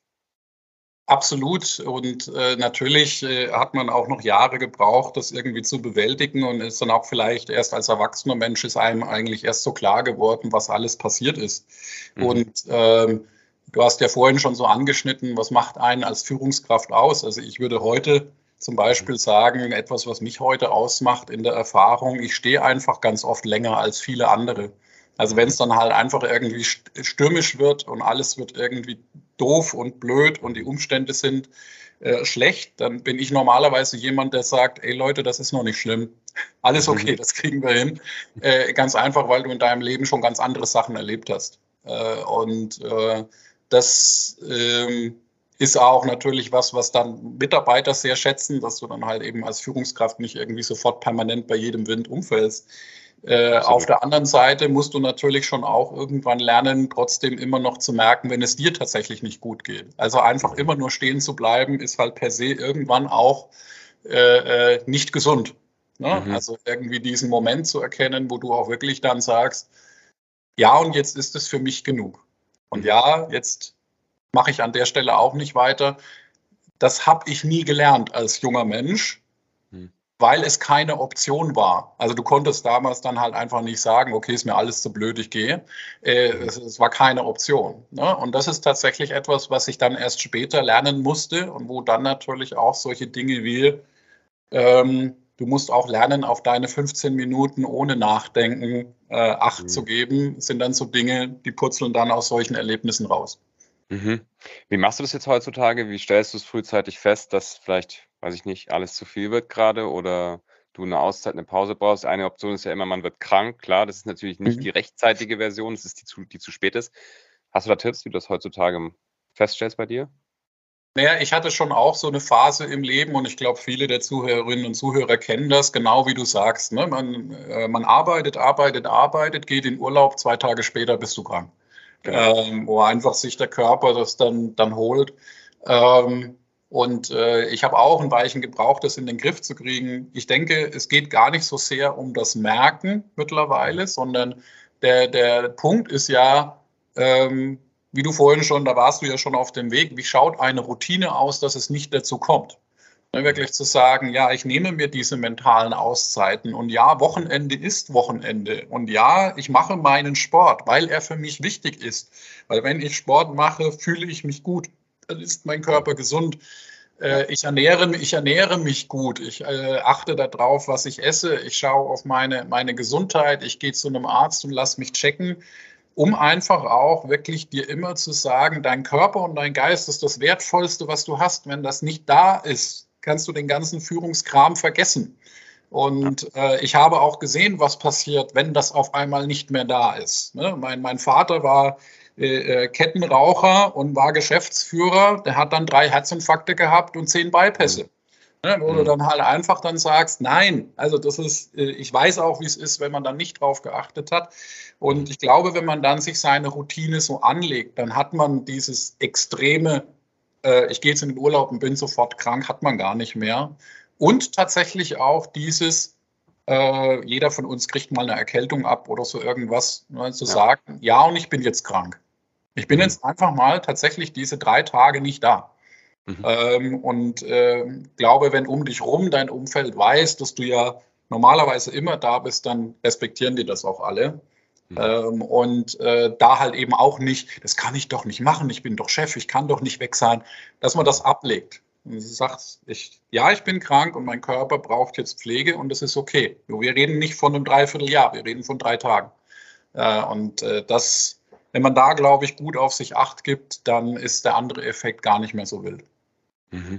S3: Absolut. Und äh, natürlich äh, hat man auch noch Jahre gebraucht, das irgendwie zu bewältigen und ist dann auch vielleicht erst als erwachsener Mensch ist einem eigentlich erst so klar geworden, was alles passiert ist. Mhm. Und ähm, du hast ja vorhin schon so angeschnitten, was macht einen als Führungskraft aus? Also ich würde heute zum Beispiel sagen, etwas, was mich heute ausmacht in der Erfahrung, ich stehe einfach ganz oft länger als viele andere. Also wenn es dann halt einfach irgendwie stürmisch wird und alles wird irgendwie doof und blöd und die Umstände sind äh, schlecht, dann bin ich normalerweise jemand, der sagt, ey Leute, das ist noch nicht schlimm. Alles okay, das kriegen wir hin. Äh, ganz einfach, weil du in deinem Leben schon ganz andere Sachen erlebt hast. Äh, und äh, das ähm, ist auch natürlich was, was dann Mitarbeiter sehr schätzen, dass du dann halt eben als Führungskraft nicht irgendwie sofort permanent bei jedem Wind umfällst. Äh, auf der anderen Seite musst du natürlich schon auch irgendwann lernen, trotzdem immer noch zu merken, wenn es dir tatsächlich nicht gut geht. Also einfach immer nur stehen zu bleiben, ist halt per se irgendwann auch äh, äh, nicht gesund. Ne? Mhm. Also irgendwie diesen Moment zu erkennen, wo du auch wirklich dann sagst, ja, und jetzt ist es für mich genug. Und mhm. ja, jetzt mache ich an der Stelle auch nicht weiter. Das habe ich nie gelernt als junger Mensch. Mhm. Weil es keine Option war. Also du konntest damals dann halt einfach nicht sagen, okay, ist mir alles zu blöd, ich gehe. Äh, es, es war keine Option. Ne? Und das ist tatsächlich etwas, was ich dann erst später lernen musste und wo dann natürlich auch solche Dinge wie, ähm, du musst auch lernen, auf deine fünfzehn Minuten ohne Nachdenken äh, Acht mhm. zu geben, sind dann so Dinge, die purzeln dann aus solchen Erlebnissen raus.
S2: Mhm. Wie machst du das jetzt heutzutage? Wie stellst du es frühzeitig fest, dass vielleicht, weiß ich nicht, alles zu viel wird gerade oder du eine Auszeit, eine Pause brauchst? Eine Option ist ja immer, man wird krank. Klar, das ist natürlich nicht mhm. die rechtzeitige Version, das ist die, zu, die zu spät ist. Hast du da Tipps, wie du das heutzutage feststellst bei dir?
S3: Naja, ich hatte schon auch so eine Phase im Leben und ich glaube, viele der Zuhörerinnen und Zuhörer kennen das, genau wie du sagst. Ne? Man, äh, man arbeitet, arbeitet, arbeitet, geht in Urlaub, zwei Tage später bist du krank. Genau. Ähm, wo einfach sich der Körper das dann, dann holt. Ähm, und äh, ich habe auch ein Weilchen gebraucht, das in den Griff zu kriegen. Ich denke, es geht gar nicht so sehr um das Merken mittlerweile, sondern der, der Punkt ist ja, ähm, wie du vorhin schon, da warst du ja schon auf dem Weg, wie schaut eine Routine aus, dass es nicht dazu kommt? Wirklich zu sagen, ja, ich nehme mir diese mentalen Auszeiten und ja, Wochenende ist Wochenende und ja, ich mache meinen Sport, weil er für mich wichtig ist. Weil wenn ich Sport mache, fühle ich mich gut, dann ist mein Körper gesund. Äh, ich ernähre mich, ich ernähre mich gut, ich äh, achte darauf, was ich esse, ich schaue auf meine, meine Gesundheit, ich gehe zu einem Arzt und lasse mich checken, um einfach auch wirklich dir immer zu sagen, dein Körper und dein Geist ist das Wertvollste, was du hast. Wenn das nicht da ist, kannst du den ganzen Führungskram vergessen. Und äh, ich habe auch gesehen, was passiert, wenn das auf einmal nicht mehr da ist. Ne? Mein, mein Vater war äh, Kettenraucher und war Geschäftsführer. Der hat dann drei Herzinfarkte gehabt und zehn Bypässe. Ne? Wo mhm. du dann halt einfach dann sagst, nein, also das ist, äh, ich weiß auch, wie es ist, wenn man dann nicht drauf geachtet hat. Und ich glaube, wenn man dann sich seine Routine so anlegt, dann hat man dieses extreme, äh, ich gehe jetzt in den Urlaub und bin sofort krank, hat man gar nicht mehr. Und tatsächlich auch dieses, äh, jeder von uns kriegt mal eine Erkältung ab oder so irgendwas, ne, zu ja. sagen, ja, und ich bin jetzt krank. Ich bin mhm. jetzt einfach mal tatsächlich diese drei Tage nicht da. Mhm. Ähm, und äh, glaube, wenn um dich rum dein Umfeld weiß, dass du ja normalerweise immer da bist, dann respektieren die das auch alle. Mhm. Ähm, und äh, da halt eben auch nicht, das kann ich doch nicht machen, ich bin doch Chef, ich kann doch nicht weg sein, dass man das ablegt. Und du sagst, ich, ja, ich bin krank und mein Körper braucht jetzt Pflege und das ist okay. Nur wir reden nicht von einem Dreivierteljahr, wir reden von drei Tagen. Äh, und äh, das, wenn man da, glaube ich, gut auf sich Acht gibt, dann ist der andere Effekt gar nicht mehr so wild.
S2: Mhm.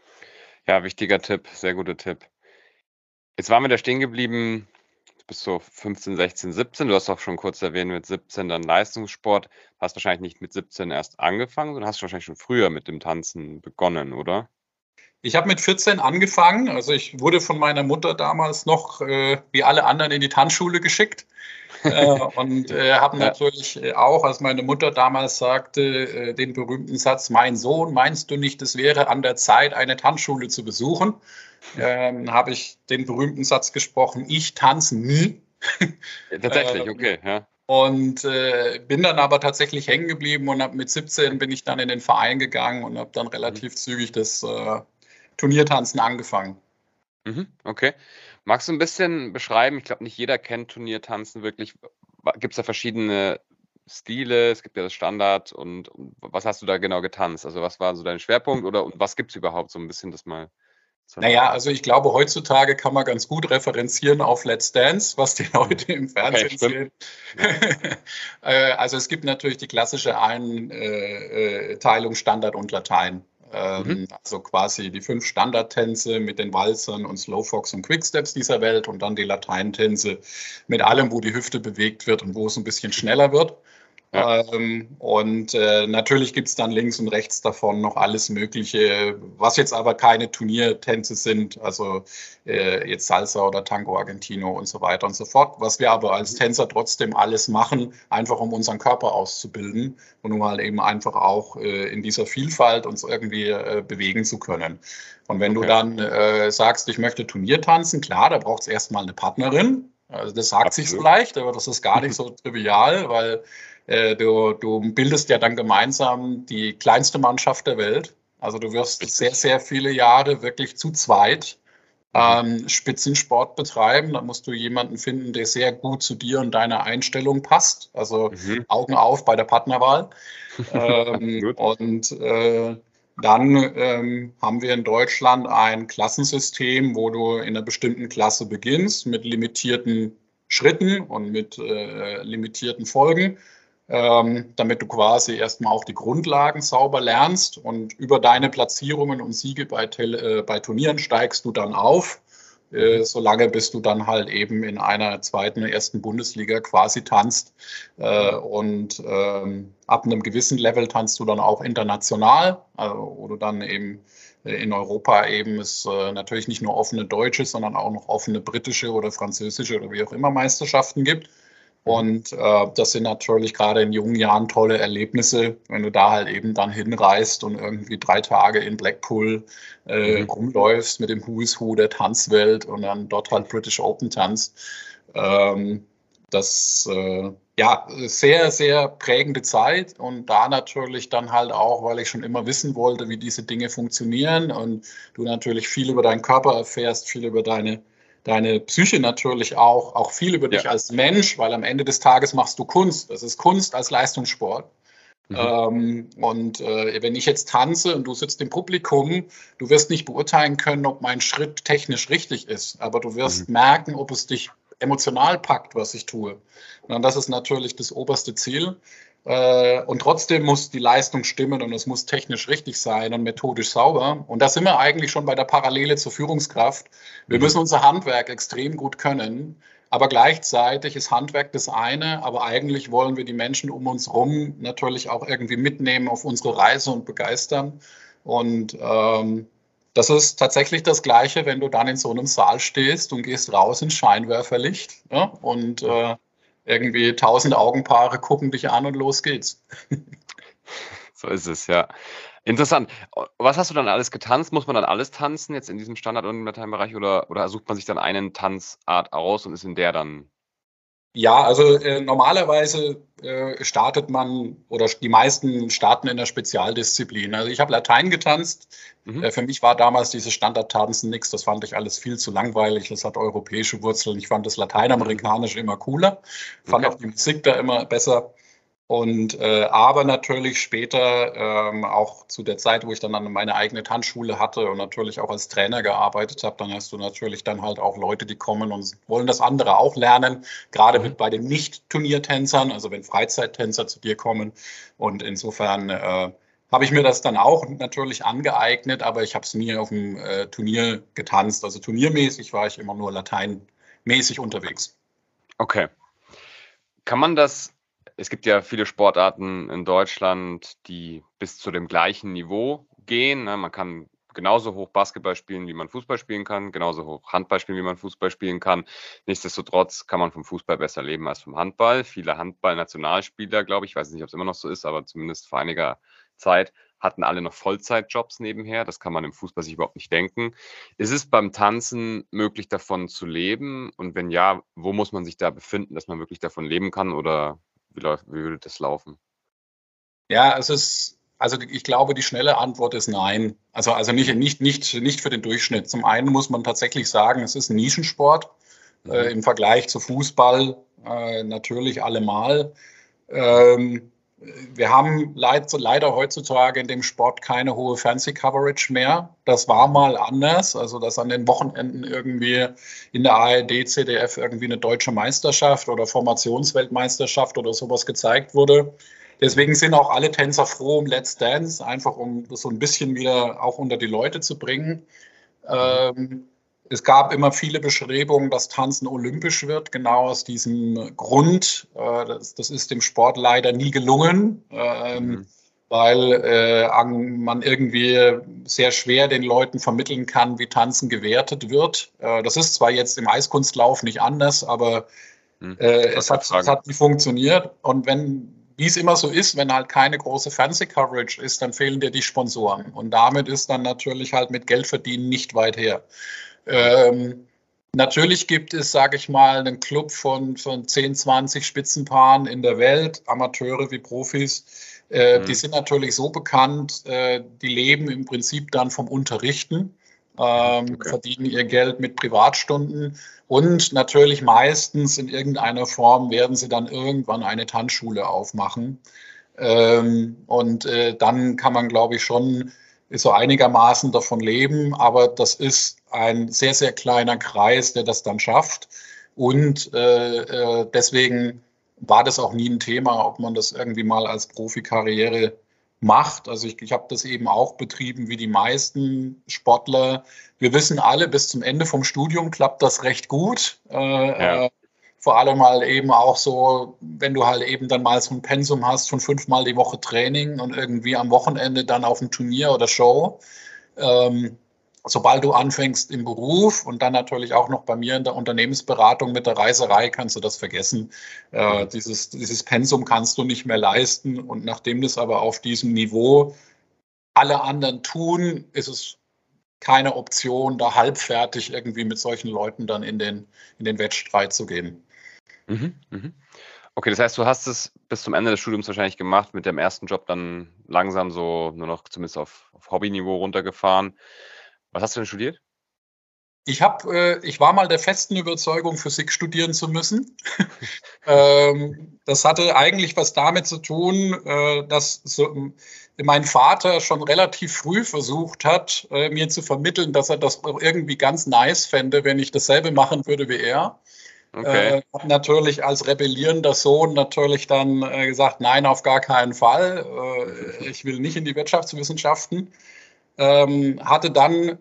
S2: Ja, wichtiger Tipp, sehr guter Tipp. Jetzt waren wir da stehen geblieben, bis so fünfzehn, sechzehn, siebzehn. Du hast auch schon kurz erwähnt, mit siebzehn dann Leistungssport. Hast wahrscheinlich nicht mit siebzehn erst angefangen, sondern hast wahrscheinlich schon früher mit dem Tanzen begonnen, oder?
S3: Ich habe mit vierzehn angefangen. Also ich wurde von meiner Mutter damals noch, äh, wie alle anderen, in die Tanzschule geschickt. äh, und äh, habe ja. natürlich auch, als meine Mutter damals sagte, äh, den berühmten Satz, mein Sohn, meinst du nicht, es wäre an der Zeit, eine Tanzschule zu besuchen? Ähm, habe ich den berühmten Satz gesprochen, ich tanze nie.
S2: Ja, tatsächlich, okay, ja.
S3: Und äh, bin dann aber tatsächlich hängen geblieben und hab, mit siebzehn bin ich dann in den Verein gegangen und habe dann relativ mhm. zügig das äh, Turniertanzen angefangen.
S2: Mhm, okay. Magst du ein bisschen beschreiben, ich glaube, nicht jeder kennt Turniertanzen wirklich. Gibt es da verschiedene Stile? Es gibt ja das Standard und, und was hast du da genau getanzt? Also was war so dein Schwerpunkt oder und was gibt es überhaupt so ein bisschen das mal?
S3: Naja, also ich glaube, heutzutage kann man ganz gut referenzieren auf Let's Dance, was die Leute im Fernsehen sehen. Ja. Also es gibt natürlich die klassische Einteilung Standard und Latein. Mhm. Also quasi die fünf Standardtänze mit den Walzern und Slowfox und Quicksteps dieser Welt und dann die Lateintänze mit allem, wo die Hüfte bewegt wird und wo es ein bisschen schneller wird. Ja. Ähm, und äh, natürlich gibt es dann links und rechts davon noch alles Mögliche, was jetzt aber keine Turniertänze sind, also äh, jetzt Salsa oder Tango Argentino und so weiter und so fort, was wir aber als Tänzer trotzdem alles machen, einfach um unseren Körper auszubilden und um halt eben einfach auch äh, in dieser Vielfalt uns irgendwie äh, bewegen zu können. Und wenn okay. du dann äh, sagst, ich möchte Turnier tanzen, klar, da braucht es erstmal eine Partnerin. Also das sagt Absolut. sich so leicht, aber das ist gar nicht so trivial, weil Du, du bildest ja dann gemeinsam die kleinste Mannschaft der Welt. Also du wirst Richtig. sehr, sehr viele Jahre wirklich zu zweit ähm, Spitzensport betreiben. Da musst du jemanden finden, der sehr gut zu dir und deiner Einstellung passt. Also mhm. Augen auf bei der Partnerwahl. ähm, und äh, dann ähm, haben wir in Deutschland ein Klassensystem, wo du in einer bestimmten Klasse beginnst mit limitierten Schritten und mit äh, limitierten Folgen. Ähm, damit du quasi erstmal auch die Grundlagen sauber lernst und über deine Platzierungen und Siege bei, äh, bei Turnieren steigst du dann auf, äh, solange bis du dann halt eben in einer zweiten, ersten Bundesliga quasi tanzt äh, und ähm, ab einem gewissen Level tanzt du dann auch international, also, wo du dann eben in Europa eben es äh, natürlich nicht nur offene deutsche, sondern auch noch offene britische oder französische oder wie auch immer Meisterschaften gibt. Und äh, das sind natürlich gerade in jungen Jahren tolle Erlebnisse, wenn du da halt eben dann hinreist und irgendwie drei Tage in Blackpool äh, mhm. rumläufst mit dem Who is Who der Tanzwelt und dann dort halt British Open tanzt. Ähm, das, äh, ja, sehr, sehr prägende Zeit und da natürlich dann halt auch, weil ich schon immer wissen wollte, wie diese Dinge funktionieren und du natürlich viel über deinen Körper erfährst, viel über deine, deine Psyche natürlich auch, auch viel über dich
S2: Ja.
S3: als Mensch, weil am Ende des Tages machst du Kunst. Das ist Kunst als Leistungssport.
S2: Mhm.
S3: Ähm, und äh, wenn ich jetzt tanze und du sitzt im Publikum, du wirst nicht beurteilen können, ob mein Schritt technisch richtig ist, aber du wirst
S2: Mhm.
S3: merken, ob es dich emotional packt, was ich tue. Und das ist natürlich das oberste Ziel. Äh, und trotzdem muss die Leistung stimmen und es muss technisch richtig sein und methodisch sauber. Und da sind wir eigentlich schon bei der Parallele zur Führungskraft. Wir
S2: Mhm.
S3: müssen unser Handwerk extrem gut können. Aber gleichzeitig ist Handwerk das eine, aber eigentlich wollen wir die Menschen um uns herum natürlich auch irgendwie mitnehmen auf unsere Reise und begeistern. Und ähm, das ist tatsächlich das Gleiche, wenn du dann in so einem Saal stehst und gehst raus ins Scheinwerferlicht, ja, und äh, irgendwie tausend Augenpaare gucken dich an und los geht's.
S2: So ist es, ja. Interessant. Was hast du dann alles getanzt? Muss man dann alles tanzen jetzt in diesem Standard- und Lateinbereich oder, oder sucht man sich dann einen Tanzart aus und ist in der dann?
S3: Ja, also äh, normalerweise äh, startet man oder die meisten starten in der Spezialdisziplin. Also ich habe Latein getanzt.
S2: Mhm.
S3: Äh, für mich war damals dieses Standardtanzen nichts. Das fand ich alles viel zu langweilig. Das hat europäische Wurzeln. Ich fand das Lateinamerikanische immer cooler. Fand
S2: Okay.
S3: auch die Musik da immer besser. Und äh, aber natürlich später, ähm, auch zu der Zeit, wo ich dann an meine eigene Tanzschule hatte und natürlich auch als Trainer gearbeitet habe, dann hast du natürlich dann halt auch Leute, die kommen und wollen das andere auch lernen, gerade
S2: Mhm.
S3: mit bei den Nicht-Turniertänzern, also wenn Freizeittänzer zu dir kommen. Und insofern äh, habe ich mir das dann auch natürlich angeeignet, aber ich habe es nie auf dem äh, Turnier getanzt. Also turniermäßig war ich immer nur lateinmäßig unterwegs.
S2: Okay. Kann man das, es gibt ja viele Sportarten in Deutschland, die bis zu dem gleichen Niveau gehen. Ne? Man kann genauso hoch Basketball spielen, wie man Fußball spielen kann, genauso hoch Handball spielen, wie man Fußball spielen kann. Nichtsdestotrotz kann man vom Fußball besser leben als vom Handball. Viele Handball-Nationalspieler, glaube ich, ich weiß nicht, ob es immer noch so ist, aber zumindest vor einiger Zeit hatten alle noch Vollzeitjobs nebenher. Das kann man im Fußball sich überhaupt nicht denken. Ist es beim Tanzen möglich, davon zu leben? Und wenn ja, wo muss man sich da befinden, dass man wirklich davon leben kann? Oder wie, läuft, wie würde das laufen?
S3: Ja, es ist, also ich glaube, die schnelle Antwort ist nein. Also, also nicht, nicht, nicht, nicht für den Durchschnitt. Zum einen muss man tatsächlich sagen, es ist ein Nischensport
S2: Mhm.
S3: äh, im Vergleich zu Fußball äh, natürlich allemal. Ähm, wir haben leid, leider heutzutage in dem Sport keine hohe Fernsehcoverage mehr. Das war mal anders, also dass an den Wochenenden irgendwie in der A R D, Z D F irgendwie eine deutsche Meisterschaft oder Formationsweltmeisterschaft oder sowas gezeigt wurde. Deswegen sind auch alle Tänzer froh um Let's Dance, einfach um das so ein bisschen wieder auch unter die Leute zu bringen. Ähm, es gab immer viele Bestrebungen, dass Tanzen olympisch wird, genau aus diesem Grund. Äh, das, das ist dem Sport leider nie gelungen, ähm,
S2: Mhm.
S3: weil äh, man irgendwie sehr schwer den Leuten vermitteln kann, wie Tanzen gewertet wird. Äh, das ist zwar jetzt im Eiskunstlauf nicht anders, aber
S2: Mhm.
S3: äh,
S2: Ich
S3: es,
S2: wollte
S3: hat,
S2: gerade
S3: es
S2: fragen.
S3: hat nicht funktioniert. Und wenn, wie es immer so ist, wenn halt keine große Fernsehcoverage ist, dann fehlen dir die Sponsoren. Und damit ist dann natürlich halt mit Geld verdienen nicht weit her. Ähm, natürlich gibt es, sage ich mal, einen Club von, von zehn, zwanzig Spitzenpaaren in der Welt, Amateure wie Profis. Äh,
S2: Mhm.
S3: Die sind natürlich so bekannt, äh, die leben im Prinzip dann vom Unterrichten, ähm,
S2: Okay.
S3: verdienen ihr Geld mit Privatstunden und natürlich meistens in irgendeiner Form werden sie dann irgendwann eine Tanzschule aufmachen. Ähm, und äh, dann kann man, glaube ich, schon so einigermaßen davon leben, aber das ist ein sehr, sehr kleiner Kreis, der das dann schafft. Und äh, äh, deswegen war das auch nie ein Thema, ob man das irgendwie mal als Profikarriere macht. Also ich, ich habe das eben auch betrieben wie die meisten Sportler. Wir wissen alle, bis zum Ende vom Studium klappt das recht gut. Äh,
S2: Ja.
S3: äh, vor allem mal eben auch so, wenn du halt eben dann mal so ein Pensum hast von fünfmal die Woche Training und irgendwie am Wochenende dann auf ein Turnier oder Show. Ähm, sobald du anfängst im Beruf und dann natürlich auch noch bei mir in der Unternehmensberatung mit der Reiserei, kannst du das vergessen. Äh,
S2: Mhm.
S3: dieses, dieses Pensum kannst du nicht mehr leisten. Und nachdem das aber auf diesem Niveau alle anderen tun, ist es keine Option, da halbfertig irgendwie mit solchen Leuten dann in den, in den Wettstreit zu gehen.
S2: Mhm, mhm. Okay, das heißt, du hast es bis zum Ende des Studiums wahrscheinlich gemacht, mit dem ersten Job dann langsam so nur noch zumindest auf, auf Hobbyniveau runtergefahren. Was hast du denn studiert?
S3: Ich habe, äh, ich war mal der festen Überzeugung, Physik studieren zu müssen. ähm, das hatte eigentlich was damit zu tun, äh, dass so, mein Vater schon relativ früh versucht hat, äh, mir zu vermitteln, dass er das irgendwie ganz nice fände, wenn ich dasselbe machen würde wie er.
S2: Okay.
S3: Äh, hab natürlich als rebellierender Sohn natürlich dann äh, gesagt, nein, auf gar keinen Fall. Äh, ich will nicht in die Wirtschaftswissenschaften. Ähm, hatte dann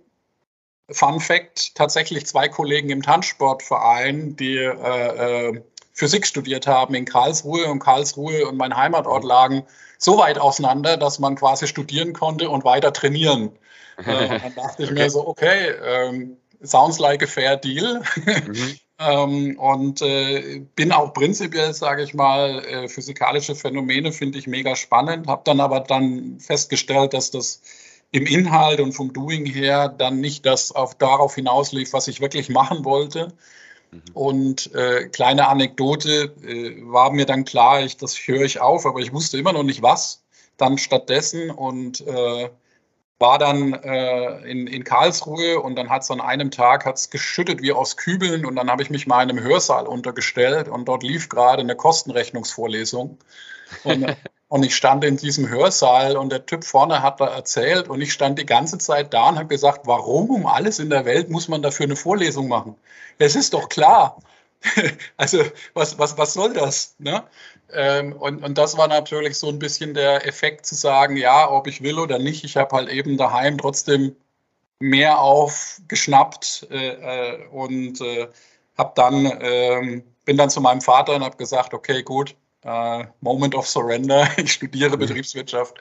S3: Fun Fact, tatsächlich zwei Kollegen im Tanzsportverein, die äh, äh, Physik studiert haben in Karlsruhe, und Karlsruhe und mein Heimatort lagen so weit auseinander, dass man quasi studieren konnte und weiter trainieren. Äh, und dann dachte ich
S2: Okay.
S3: mir so, okay, ähm, sounds like a fair deal.
S2: Mhm.
S3: ähm, und äh, bin auch prinzipiell, sage ich mal, äh, physikalische Phänomene finde ich mega spannend, habe dann aber dann festgestellt, dass das im Inhalt und vom Doing her dann nicht das auf, darauf hinauslief, was ich wirklich machen wollte.
S2: Mhm.
S3: Und äh, kleine Anekdote, äh, war mir dann klar, ich, das höre ich auf, aber ich wusste immer noch nicht was. Dann stattdessen und äh, war dann äh, in, in Karlsruhe, und dann hat es an einem Tag hat's geschüttet wie aus Kübeln, und dann habe ich mich mal in einem Hörsaal untergestellt, und dort lief gerade eine Kostenrechnungsvorlesung. Und, und ich stand in diesem Hörsaal, und der Typ vorne hat da erzählt, und ich stand die ganze Zeit da und habe gesagt, warum um alles in der Welt muss man dafür eine Vorlesung machen? Es ist doch klar. Also was, was, was soll das? Ne? Ähm, und, und das war natürlich so ein bisschen der Effekt zu sagen, ja, ob ich will oder nicht, ich habe halt eben daheim trotzdem mehr aufgeschnappt äh, äh, und äh, hab dann, äh, bin dann zu meinem Vater und habe gesagt, okay, gut, äh, Moment of Surrender, ich studiere Betriebswirtschaft.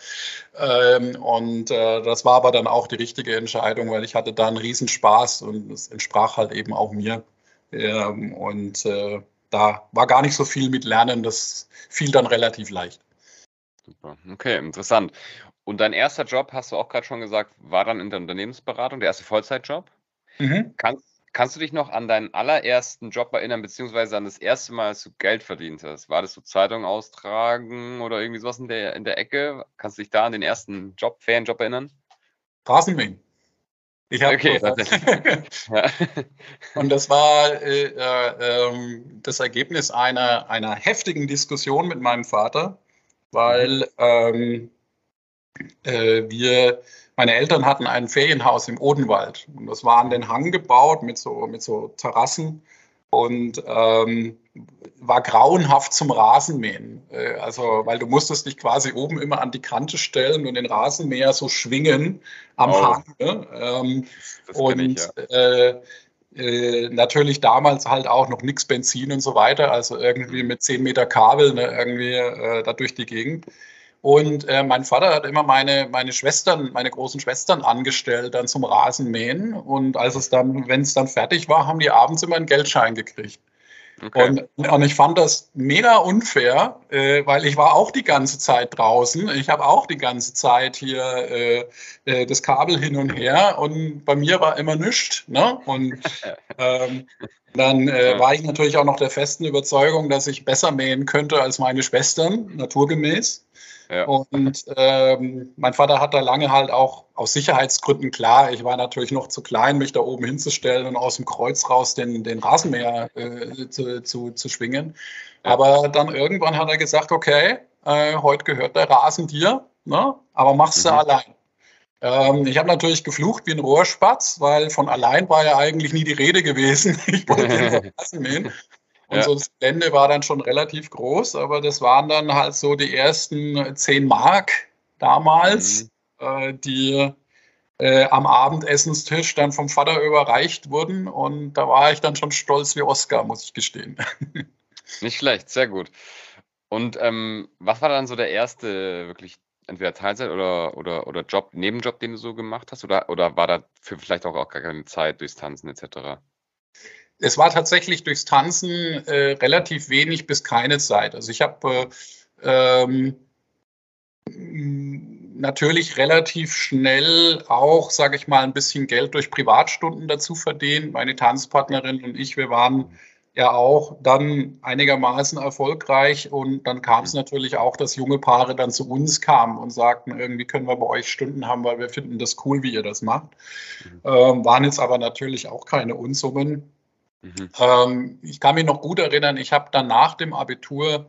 S3: Ähm, und äh, das war aber dann auch die richtige Entscheidung, weil ich hatte da einen Riesenspaß, und es entsprach halt eben auch mir. Ähm, und äh, da war gar nicht so viel mit Lernen, das fiel dann relativ leicht.
S2: Super. Okay, interessant. Und dein erster Job, hast du auch gerade schon gesagt, war dann in der Unternehmensberatung, der erste Vollzeitjob.
S3: Mhm.
S2: Kannst, kannst du dich noch an deinen allerersten Job erinnern, beziehungsweise an das erste Mal, als du Geld verdient hast? War das so Zeitung austragen oder irgendwie sowas in der, in der Ecke? Kannst du dich da an den ersten Job, Ferienjob erinnern?
S3: Rasenmähen. Ich habe
S2: Okay, tatsächlich. Ja.
S3: Und das war äh, äh, ähm, das Ergebnis einer, einer heftigen Diskussion mit meinem Vater, weil ähm, äh, wir, meine Eltern hatten ein Ferienhaus im Odenwald, und das war an den Hang gebaut mit so, mit so Terrassen, und ähm, war grauenhaft zum Rasenmähen. Äh, also, weil du musstest dich quasi oben immer an die Kante stellen und den Rasenmäher so schwingen am
S2: Oh,
S3: Hang. Ne? Ähm,
S2: das, das kenne ich,
S3: und
S2: ja.
S3: äh, äh, natürlich damals halt auch noch nix Benzin und so weiter, also irgendwie
S2: Mhm.
S3: mit zehn Meter Kabel, ne, irgendwie äh, da durch die Gegend. Und äh, mein Vater hat immer meine, meine Schwestern, meine großen Schwestern angestellt dann zum Rasenmähen. Und als es dann, wenn es dann fertig war, haben die abends immer einen Geldschein gekriegt.
S2: Okay.
S3: Und, und ich fand das mega unfair, äh, weil ich war auch die ganze Zeit draußen. Ich habe auch die ganze Zeit hier äh, äh, das Kabel hin und her, und bei mir war immer nichts. Ne? Und ähm, dann äh,
S2: Ja,
S3: war ich natürlich auch noch der festen Überzeugung, dass ich besser mähen könnte als meine Schwestern, naturgemäß.
S2: ja.
S3: Und ähm, mein Vater hat da lange halt auch aus Sicherheitsgründen, klar, ich war natürlich noch zu klein, mich da oben hinzustellen und aus dem Kreuz raus den, den Rasenmäher äh, zu, zu, zu schwingen.
S2: Ja.
S3: Aber dann irgendwann hat er gesagt, okay, äh, heute gehört der Rasen dir, ne? Aber machst du
S2: Mhm.
S3: allein. Ähm, ich habe natürlich geflucht wie ein Rohrspatz, weil von allein war ja eigentlich nie die Rede gewesen. Ich wollte ja nur Rasen mähen. Und
S2: Ja.
S3: so das Gelände war dann schon relativ groß, aber das waren dann halt so die ersten zehn Mark damals,
S2: Mhm.
S3: äh, die äh, am Abendessenstisch dann vom Vater überreicht wurden. Und da war ich dann schon stolz wie Oscar, muss ich gestehen.
S2: Nicht schlecht, sehr gut. Und ähm, was war dann so der erste wirklich entweder Teilzeit oder, oder, oder Job, Nebenjob, den du so gemacht hast? Oder, oder war da für vielleicht auch, auch gar keine Zeit durchs Tanzen et cetera?
S3: Es war tatsächlich durchs Tanzen äh, relativ wenig bis keine Zeit. Also ich habe äh, ähm, natürlich relativ schnell auch, sage ich mal, ein bisschen Geld durch Privatstunden dazu verdient. Meine Tanzpartnerin und ich, wir waren ja auch dann einigermaßen erfolgreich. Und dann kam es natürlich auch, dass junge Paare dann zu uns kamen und sagten, irgendwie können wir bei euch Stunden haben, weil wir finden das cool, wie ihr das macht. Mhm. Ähm, waren jetzt aber natürlich auch keine Unsummen. Mhm. Ähm, ich kann mich noch gut erinnern, ich habe dann nach dem Abitur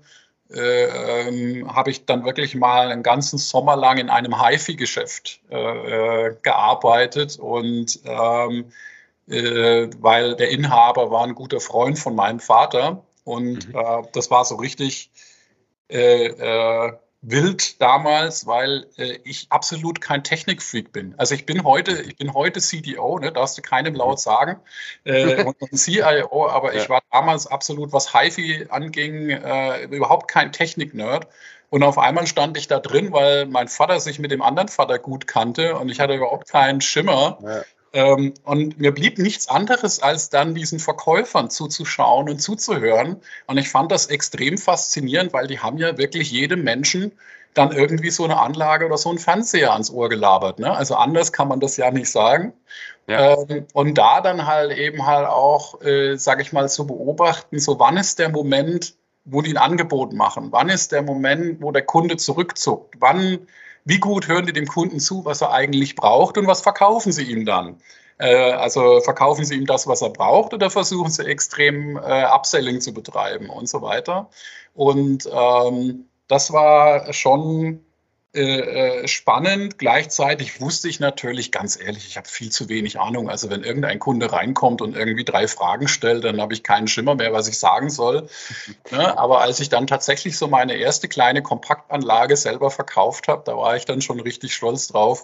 S3: Äh, ähm, habe ich dann wirklich mal einen ganzen Sommer lang in einem HiFi-Geschäft äh, gearbeitet und ähm, äh, weil der Inhaber war ein guter Freund von meinem Vater und mhm. äh, das war so richtig äh, äh, wild damals, weil äh, ich absolut kein Technikfreak bin. Also ich bin heute, ich bin heute C D O, ne, darfst du keinem laut sagen, äh, und, und C I O, aber ja. Ich war damals absolut, was HiFi anging, äh, überhaupt kein Technik-Nerd. Und auf einmal stand ich da drin, weil mein Vater sich mit dem anderen Vater gut kannte und ich hatte überhaupt keinen Schimmer. Ja. Ähm, und mir blieb nichts anderes, als dann diesen Verkäufern zuzuschauen und zuzuhören. Und ich fand das extrem faszinierend, weil die haben ja wirklich jedem Menschen dann irgendwie so eine Anlage oder so einen Fernseher ans Ohr gelabert. Ne? Also anders kann man das ja nicht sagen. Ja. Ähm, und da dann halt eben halt auch, äh, sage ich mal, zu beobachten, so wann ist der Moment, wo die ein Angebot machen? Wann ist der Moment, wo der Kunde zurückzuckt? Wann Wie gut hören die dem Kunden zu, was er eigentlich braucht und was verkaufen sie ihm dann? Äh, also verkaufen sie ihm das, was er braucht oder versuchen sie extrem äh, Upselling zu betreiben und so weiter. Und ähm, das war schon äh, spannend. Gleichzeitig wusste ich natürlich, ganz ehrlich, ich habe viel zu wenig Ahnung. Also wenn irgendein Kunde reinkommt und irgendwie drei Fragen stellt, dann habe ich keinen Schimmer mehr, was ich sagen soll. Ne? Aber als ich dann tatsächlich so meine erste kleine Kompaktanlage selber verkauft habe, da war ich dann schon richtig stolz drauf.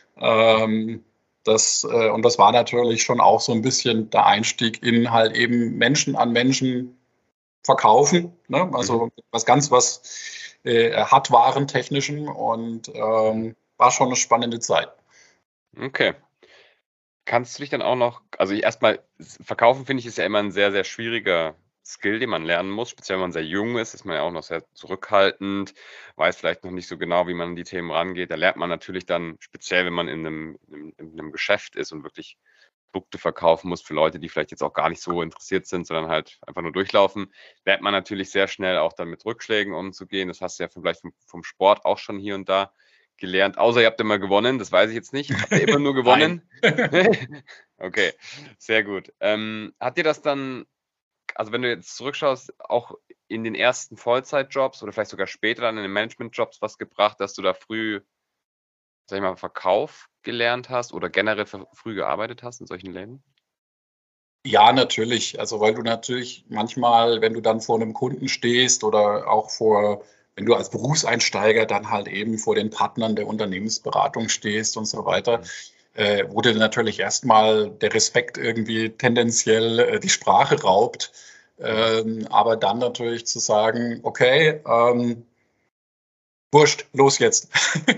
S3: Ähm, das, äh, und das war natürlich schon auch so ein bisschen der Einstieg in halt eben Menschen an Menschen verkaufen. Ne? Also mhm. was ganz was äh, Hartwarentechnischen und ähm, war schon eine spannende Zeit.
S2: Okay. Kannst du dich dann auch noch, also ich erstmal, verkaufen finde ich ist ja immer ein sehr, sehr schwieriger Skill, den man lernen muss, speziell wenn man sehr jung ist, ist man ja auch noch sehr zurückhaltend, weiß vielleicht noch nicht so genau, wie man an die Themen rangeht. Da lernt man natürlich dann, speziell wenn man in einem, in einem Geschäft ist und wirklich Produkte verkaufen muss für Leute, die vielleicht jetzt auch gar nicht so interessiert sind, sondern halt einfach nur durchlaufen, lernt man natürlich sehr schnell auch dann mit Rückschlägen umzugehen. Das hast du ja vielleicht vom, vom Sport auch schon hier und da gelernt. Außer ihr habt immer gewonnen, das weiß ich jetzt nicht. Habt ihr immer nur gewonnen? Okay, sehr gut. Ähm, hat dir das dann, also wenn du jetzt zurückschaust, auch in den ersten Vollzeitjobs oder vielleicht sogar später dann in den Managementjobs was gebracht, dass du da früh, sag ich mal, Verkauf gelernt hast oder generell früh gearbeitet hast in solchen Läden?
S3: Ja, natürlich. Also weil du natürlich manchmal, wenn du dann vor einem Kunden stehst oder auch vor, wenn du als Berufseinsteiger dann halt eben vor den Partnern der Unternehmensberatung stehst und so weiter, mhm. äh, wo dir natürlich erstmal der Respekt irgendwie tendenziell äh, die Sprache raubt. Ähm, aber dann natürlich zu sagen, okay, ähm, wurscht, los jetzt.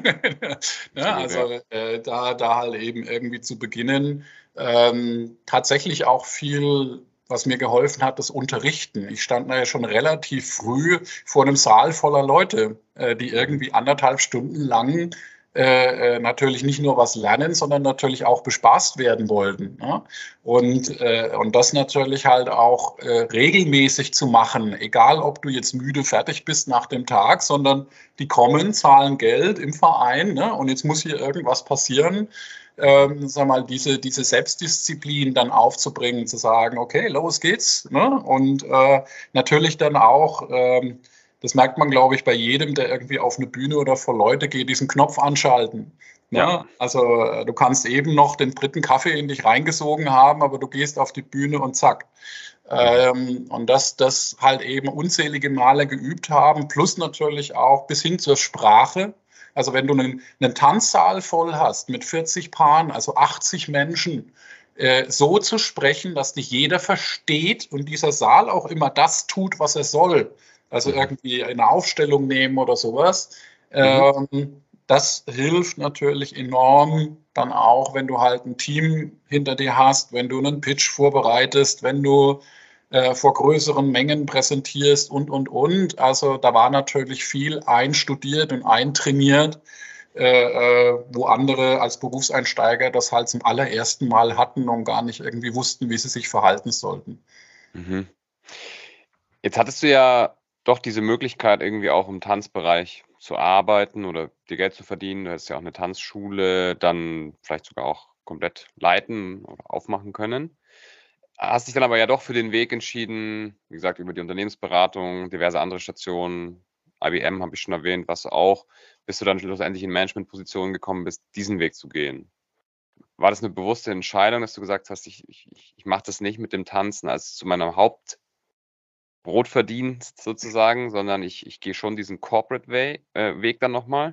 S3: Ja, also äh, da, da halt eben irgendwie zu beginnen. Ähm, tatsächlich auch viel, was mir geholfen hat, das Unterrichten. Ich stand da ja schon relativ früh vor einem Saal voller Leute, äh, die irgendwie anderthalb Stunden lang äh, natürlich nicht nur was lernen, sondern natürlich auch bespaßt werden wollten. Ne? Und, äh, und das natürlich halt auch äh, regelmäßig zu machen, egal ob du jetzt müde fertig bist nach dem Tag, sondern die kommen, zahlen Geld im Verein, ne? Und jetzt muss hier irgendwas passieren. Ähm, sag mal, diese, diese Selbstdisziplin dann aufzubringen, zu sagen, okay, los geht's. Ne? Und äh, natürlich dann auch, ähm, das merkt man, glaube ich, bei jedem, der irgendwie auf eine Bühne oder vor Leute geht, diesen Knopf anschalten. Ne? Ja. Also du kannst eben noch den dritten Kaffee in dich reingesogen haben, aber du gehst auf die Bühne und zack. Ähm, und das, das halt eben unzählige Male geübt haben, plus natürlich auch bis hin zur Sprache. Also wenn du einen, einen Tanzsaal voll hast mit vierzig Paaren, also achtzig Menschen, äh, so zu sprechen, dass dich jeder versteht und dieser Saal auch immer das tut, was er soll. Also mhm. irgendwie eine Aufstellung nehmen oder sowas. Mhm. Ähm, das hilft natürlich enorm dann auch, wenn du halt ein Team hinter dir hast, wenn du einen Pitch vorbereitest, wenn du äh, vor größeren Mengen präsentierst und, und, und. Also da war natürlich viel einstudiert und eintrainiert, äh, wo andere als Berufseinsteiger das halt zum allerersten Mal hatten und gar nicht irgendwie wussten, wie sie sich verhalten sollten.
S2: Mhm. Jetzt hattest du ja doch diese Möglichkeit, irgendwie auch im Tanzbereich zu arbeiten oder dir Geld zu verdienen. Du hättest ja auch eine Tanzschule dann vielleicht sogar auch komplett leiten oder aufmachen können. Hast dich dann aber ja doch für den Weg entschieden, wie gesagt, über die Unternehmensberatung, diverse andere Stationen, I B M habe ich schon erwähnt, was auch, bis du dann schlussendlich in Managementpositionen gekommen bist, diesen Weg zu gehen. War das eine bewusste Entscheidung, dass du gesagt hast, ich, ich, ich mache das nicht mit dem Tanzen als zu meinem Hauptbrotverdienst sozusagen, sondern ich, ich gehe schon diesen Corporate Way, äh, Weg dann nochmal?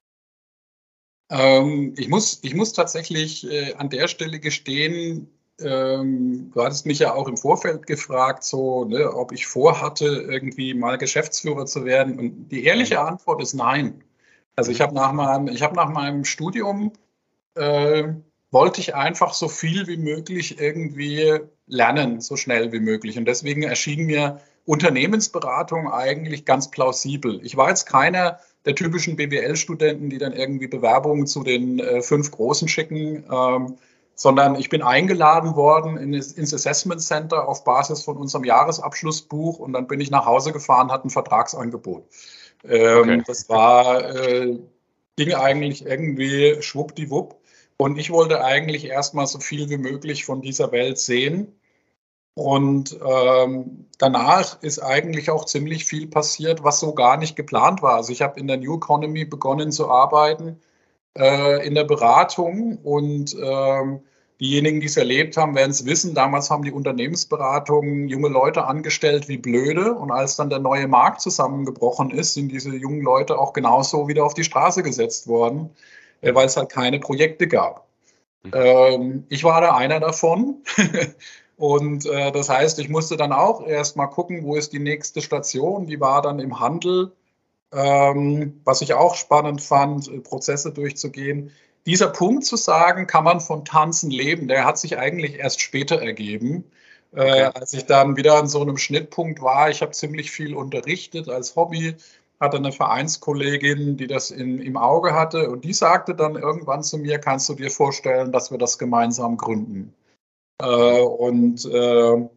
S3: Ähm, ich muss, ich muss tatsächlich äh, an der Stelle gestehen, ähm, du hattest mich ja auch im Vorfeld gefragt, so, ne, ob ich vorhatte, irgendwie mal Geschäftsführer zu werden. Und die ehrliche Antwort ist nein. Also ich habe nach meinem, ich habe nach meinem Studium äh, wollte ich einfach so viel wie möglich irgendwie lernen, so schnell wie möglich. Und deswegen erschien mir Unternehmensberatung eigentlich ganz plausibel. Ich war jetzt keiner der typischen B W L-Studenten, die dann irgendwie Bewerbungen zu den äh, fünf Großen schicken, ähm, sondern ich bin eingeladen worden in, ins Assessment Center auf Basis von unserem Jahresabschlussbuch und dann bin ich nach Hause gefahren, hatte ein Vertragsangebot. Ähm, okay. Das war, äh, ging eigentlich irgendwie schwuppdiwupp und ich wollte eigentlich erstmal so viel wie möglich von dieser Welt sehen. Und ähm, danach ist eigentlich auch ziemlich viel passiert, was so gar nicht geplant war. Also ich habe in der New Economy begonnen zu arbeiten, äh, in der Beratung und ähm, diejenigen, die es erlebt haben, werden es wissen. Damals haben die Unternehmensberatungen junge Leute angestellt wie blöde und als dann der neue Markt zusammengebrochen ist, sind diese jungen Leute auch genauso wieder auf die Straße gesetzt worden, äh, weil es halt keine Projekte gab. Mhm. Ähm, ich war da einer davon. Und äh, das heißt, ich musste dann auch erst mal gucken, wo ist die nächste Station. Die war dann im Handel, ähm, was ich auch spannend fand, Prozesse durchzugehen. Dieser Punkt zu sagen, kann man von Tanzen leben, der hat sich eigentlich erst später ergeben. Okay. Äh, als ich dann wieder an so einem Schnittpunkt war, ich habe ziemlich viel unterrichtet als Hobby, hatte eine Vereinskollegin, die das in, im Auge hatte und die sagte dann irgendwann zu mir, kannst du dir vorstellen, dass wir das gemeinsam gründen? Äh, und äh,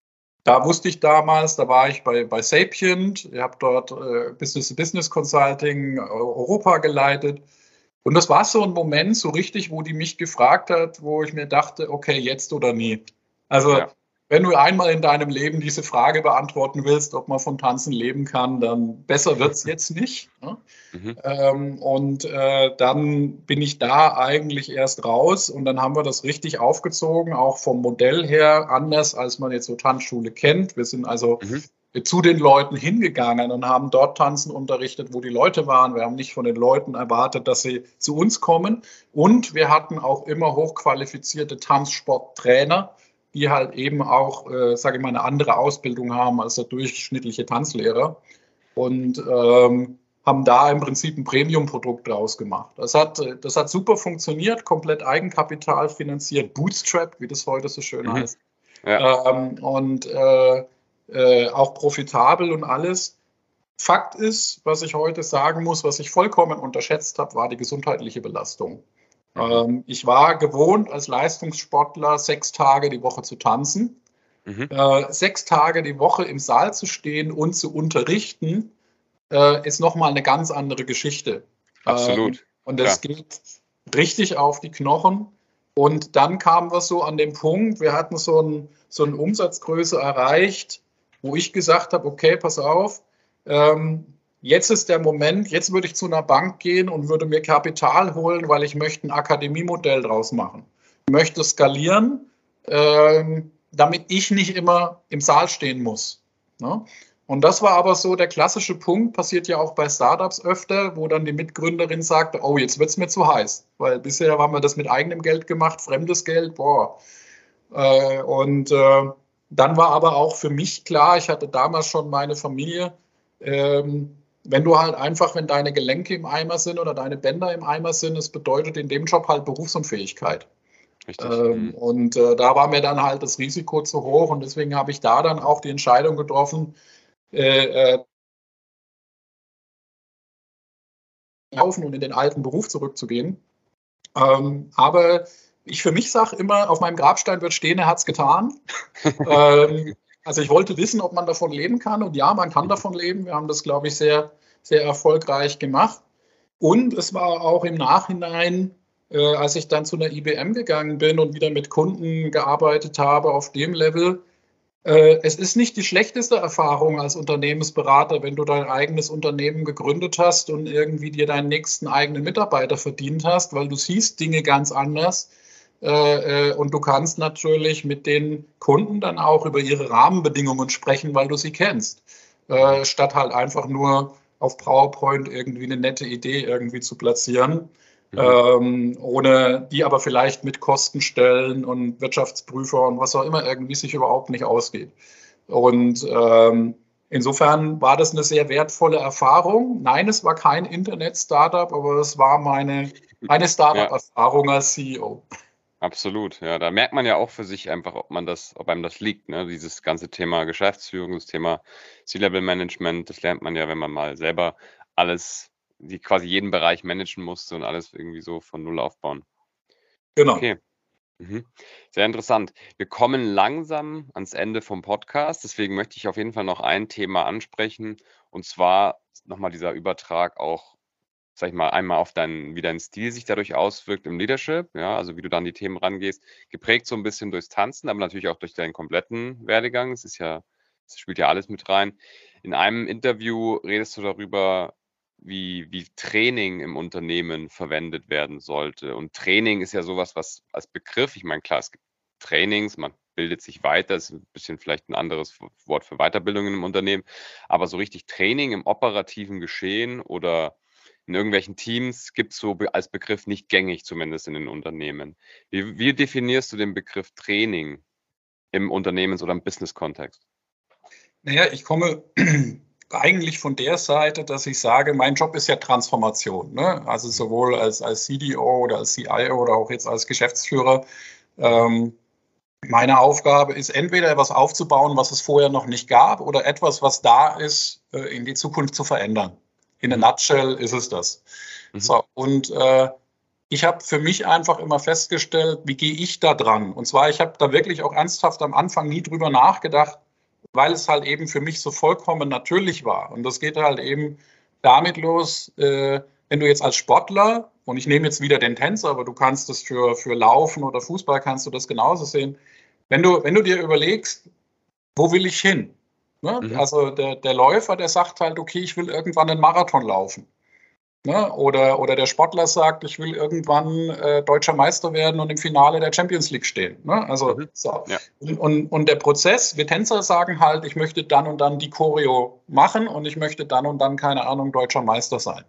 S3: da wusste ich damals, da war ich bei, bei Sapient, ich habe dort äh, Business Business Consulting Europa geleitet. Und das war so ein Moment, so richtig, wo die mich gefragt hat, wo ich mir dachte, okay, jetzt oder nie. Also ja. Wenn du einmal in deinem Leben diese Frage beantworten willst, ob man von Tanzen leben kann, dann besser wird es jetzt nicht. Ne? Mhm. Ähm, und äh, dann bin ich da eigentlich erst raus und dann haben wir das richtig aufgezogen, auch vom Modell her anders, als man jetzt so Tanzschule kennt. Wir sind also mhm. zu den Leuten hingegangen und haben dort Tanzen unterrichtet, wo die Leute waren. Wir haben nicht von den Leuten erwartet, dass sie zu uns kommen. Und wir hatten auch immer hochqualifizierte Tanzsporttrainer, die halt eben auch, äh, sage ich mal, eine andere Ausbildung haben als der durchschnittliche Tanzlehrer und ähm, haben da im Prinzip ein Premium-Produkt draus gemacht. Das hat, das hat super funktioniert, komplett Eigenkapital finanziert, Bootstrap, wie das heute so schön mhm. heißt. Ja. Ähm, und äh, äh, auch profitabel und alles. Fakt ist, was ich heute sagen muss, was ich vollkommen unterschätzt habe, war die gesundheitliche Belastung. Mhm. Ich war gewohnt, als Leistungssportler sechs Tage die Woche zu tanzen, mhm. äh, sechs Tage die Woche im Saal zu stehen und zu unterrichten, äh, ist nochmal eine ganz andere Geschichte.
S2: Absolut.
S3: Ähm, und das ja. geht richtig auf die Knochen. Und dann kamen wir so an den Punkt, wir hatten so, ein, so eine Umsatzgröße erreicht, wo ich gesagt habe, okay, pass auf, ähm, jetzt ist der Moment, jetzt würde ich zu einer Bank gehen und würde mir Kapital holen, weil ich möchte ein Akademiemodell draus machen. Ich möchte skalieren, äh, damit ich nicht immer im Saal stehen muss. Ne? Und das war aber so der klassische Punkt, passiert ja auch bei Startups öfter, wo dann die Mitgründerin sagt, oh, jetzt wird es mir zu heiß. Weil bisher haben wir das mit eigenem Geld gemacht, fremdes Geld, boah. Äh, und äh, dann war aber auch für mich klar, ich hatte damals schon meine Familie, ähm, wenn du halt einfach, wenn deine Gelenke im Eimer sind oder deine Bänder im Eimer sind, es bedeutet in dem Job halt Berufsunfähigkeit. Richtig. Ähm, mhm. Und äh, da war mir dann halt das Risiko zu hoch und deswegen habe ich da dann auch die Entscheidung getroffen, äh, äh, laufen und in den alten Beruf zurückzugehen. Ähm, aber ich für mich sage immer, auf meinem Grabstein wird stehen, er hat es getan. ähm, also ich wollte wissen, ob man davon leben kann. Und ja, man kann davon leben. Wir haben das, glaube ich, sehr, sehr erfolgreich gemacht. Und es war auch im Nachhinein, äh, als ich dann zu einer I B M gegangen bin und wieder mit Kunden gearbeitet habe auf dem Level, äh, es ist nicht die schlechteste Erfahrung als Unternehmensberater, wenn du dein eigenes Unternehmen gegründet hast und irgendwie dir deinen nächsten eigenen Mitarbeiter verdient hast, weil du siehst Dinge ganz anders. Äh, und du kannst natürlich mit den Kunden dann auch über ihre Rahmenbedingungen sprechen, weil du sie kennst, äh, statt halt einfach nur auf PowerPoint irgendwie eine nette Idee irgendwie zu platzieren, mhm. ähm, ohne die aber vielleicht mit Kostenstellen und Wirtschaftsprüfer und was auch immer irgendwie sich überhaupt nicht ausgeht. Und ähm, insofern war das eine sehr wertvolle Erfahrung. Nein, es war kein Internet-Startup, aber es war meine, meine Startup-Erfahrung ja. als C E O.
S2: Absolut, ja. Da merkt man ja auch für sich einfach, ob man das, ob einem das liegt, ne? Dieses ganze Thema Geschäftsführung, das Thema C-Level-Management, das lernt man ja, wenn man mal selber alles, die quasi jeden Bereich managen musste und alles irgendwie so von Null aufbauen.
S3: Genau.
S2: Okay. Mhm. Sehr interessant. Wir kommen langsam ans Ende vom Podcast, deswegen möchte ich auf jeden Fall noch ein Thema ansprechen, und zwar nochmal dieser Übertrag auch, sag ich mal, einmal auf deinen, wie dein Stil sich dadurch auswirkt im Leadership, ja, also wie du da an die Themen rangehst, geprägt so ein bisschen durchs Tanzen, aber natürlich auch durch deinen kompletten Werdegang. Es ist ja, es spielt ja alles mit rein. In einem Interview redest du darüber, wie, wie Training im Unternehmen verwendet werden sollte. Und Training ist ja sowas, was als Begriff, ich meine, klar, es gibt Trainings, man bildet sich weiter, das ist ein bisschen vielleicht ein anderes Wort für Weiterbildungen im Unternehmen, aber so richtig Training im operativen Geschehen oder in irgendwelchen Teams gibt es so als Begriff nicht gängig, zumindest in den Unternehmen. Wie, wie definierst du den Begriff Training im Unternehmens- oder im Business-Kontext?
S3: Naja, ich komme eigentlich von der Seite, dass ich sage, mein Job ist ja Transformation. Ne? Also sowohl als, als C D O oder als C I O oder auch jetzt als Geschäftsführer. Ähm, meine Aufgabe ist entweder etwas aufzubauen, was es vorher noch nicht gab, oder etwas, was da ist, in die Zukunft zu verändern. In a nutshell ist es das. Mhm. So, und äh, ich habe für mich einfach immer festgestellt, wie gehe ich da dran? Und zwar, ich habe da wirklich auch ernsthaft am Anfang nie drüber nachgedacht, weil es halt eben für mich so vollkommen natürlich war. Und das geht halt eben damit los, äh, wenn du jetzt als Sportler, und ich nehme jetzt wieder den Tänzer, aber du kannst das für, für Laufen oder Fußball, kannst du das genauso sehen. Wenn du, wenn du dir überlegst, wo will ich hin? Ne? Mhm. Also der, der Läufer, der sagt halt, okay, ich will irgendwann einen Marathon laufen. Ne? Oder, oder der Sportler sagt, ich will irgendwann äh, deutscher Meister werden und im Finale der Champions League stehen. Ne? Also, mhm. so. Ja. Und, und, und der Prozess, wir Tänzer sagen halt, ich möchte dann und dann die Choreo machen und ich möchte dann und dann, keine Ahnung, deutscher Meister sein.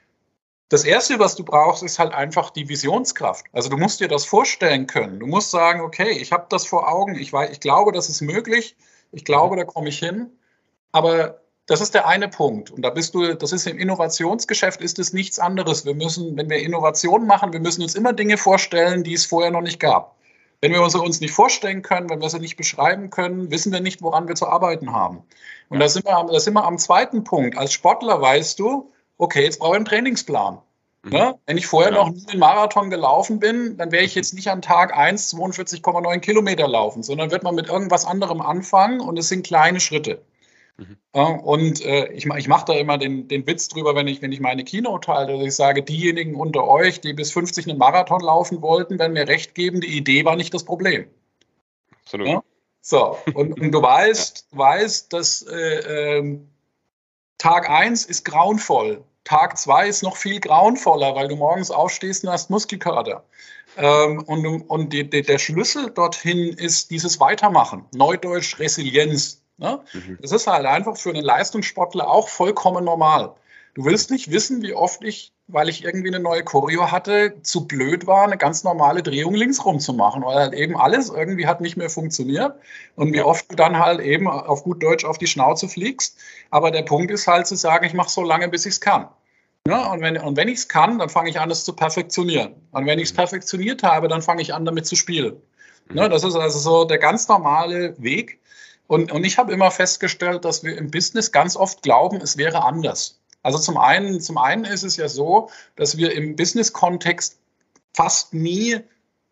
S3: Das Erste, was du brauchst, ist halt einfach die Visionskraft. Also du musst dir das vorstellen können. Du musst sagen, okay, ich habe das vor Augen, ich, weiß, ich glaube, das ist möglich, ich glaube, da komme ich hin. Aber das ist der eine Punkt. Und da bist du, das ist im Innovationsgeschäft, ist es nichts anderes. Wir müssen, wenn wir Innovation machen, wir müssen uns immer Dinge vorstellen, die es vorher noch nicht gab. Wenn wir uns, uns nicht vorstellen können, wenn wir sie nicht beschreiben können, wissen wir nicht, woran wir zu arbeiten haben. Und ja. da, sind wir, da sind wir am zweiten Punkt. Als Sportler weißt du, okay, jetzt brauche ich einen Trainingsplan. Mhm. Ja? Wenn ich vorher genau. noch nie einen Marathon gelaufen bin, dann werde ich jetzt nicht an Tag eins zweiundvierzig Komma neun Kilometer laufen, sondern wird man mit irgendwas anderem anfangen und es sind kleine Schritte. Mhm. Ja, und äh, ich, ich mache da immer den, den Witz drüber, wenn ich, wenn ich meine Keynote halte, dass ich sage, diejenigen unter euch, die bis fünfzig einen Marathon laufen wollten, werden mir recht geben, die Idee war nicht das Problem.
S2: Absolut.
S3: Ja? So, und, und du weißt, ja. weißt dass äh, äh, Tag eins ist grauenvoll. Tag zwei ist noch viel grauenvoller, weil du morgens aufstehst und hast Muskelkater. Ähm, und und die, die, der Schlüssel dorthin ist dieses Weitermachen. Neudeutsch Resilienz. Ne? Mhm. Das ist halt einfach für einen Leistungssportler auch vollkommen normal. Du willst nicht wissen, wie oft ich, weil ich irgendwie eine neue Choreo hatte, zu blöd war, eine ganz normale Drehung links rum zu machen, weil halt eben alles irgendwie hat nicht mehr funktioniert und wie ja. oft du dann halt eben auf gut Deutsch auf die Schnauze fliegst. Aber der Punkt ist halt zu sagen, ich mache so lange, bis ich es kann. Ja, und wenn, und wenn ich es kann, dann fange ich an, es zu perfektionieren. Und wenn ich es perfektioniert habe, dann fange ich an, damit zu spielen. Mhm. Ja, das ist also so der ganz normale Weg. Und, und ich habe immer festgestellt, dass wir im Business ganz oft glauben, es wäre anders. Also zum einen, zum einen ist es ja so, dass wir im Business-Kontext fast nie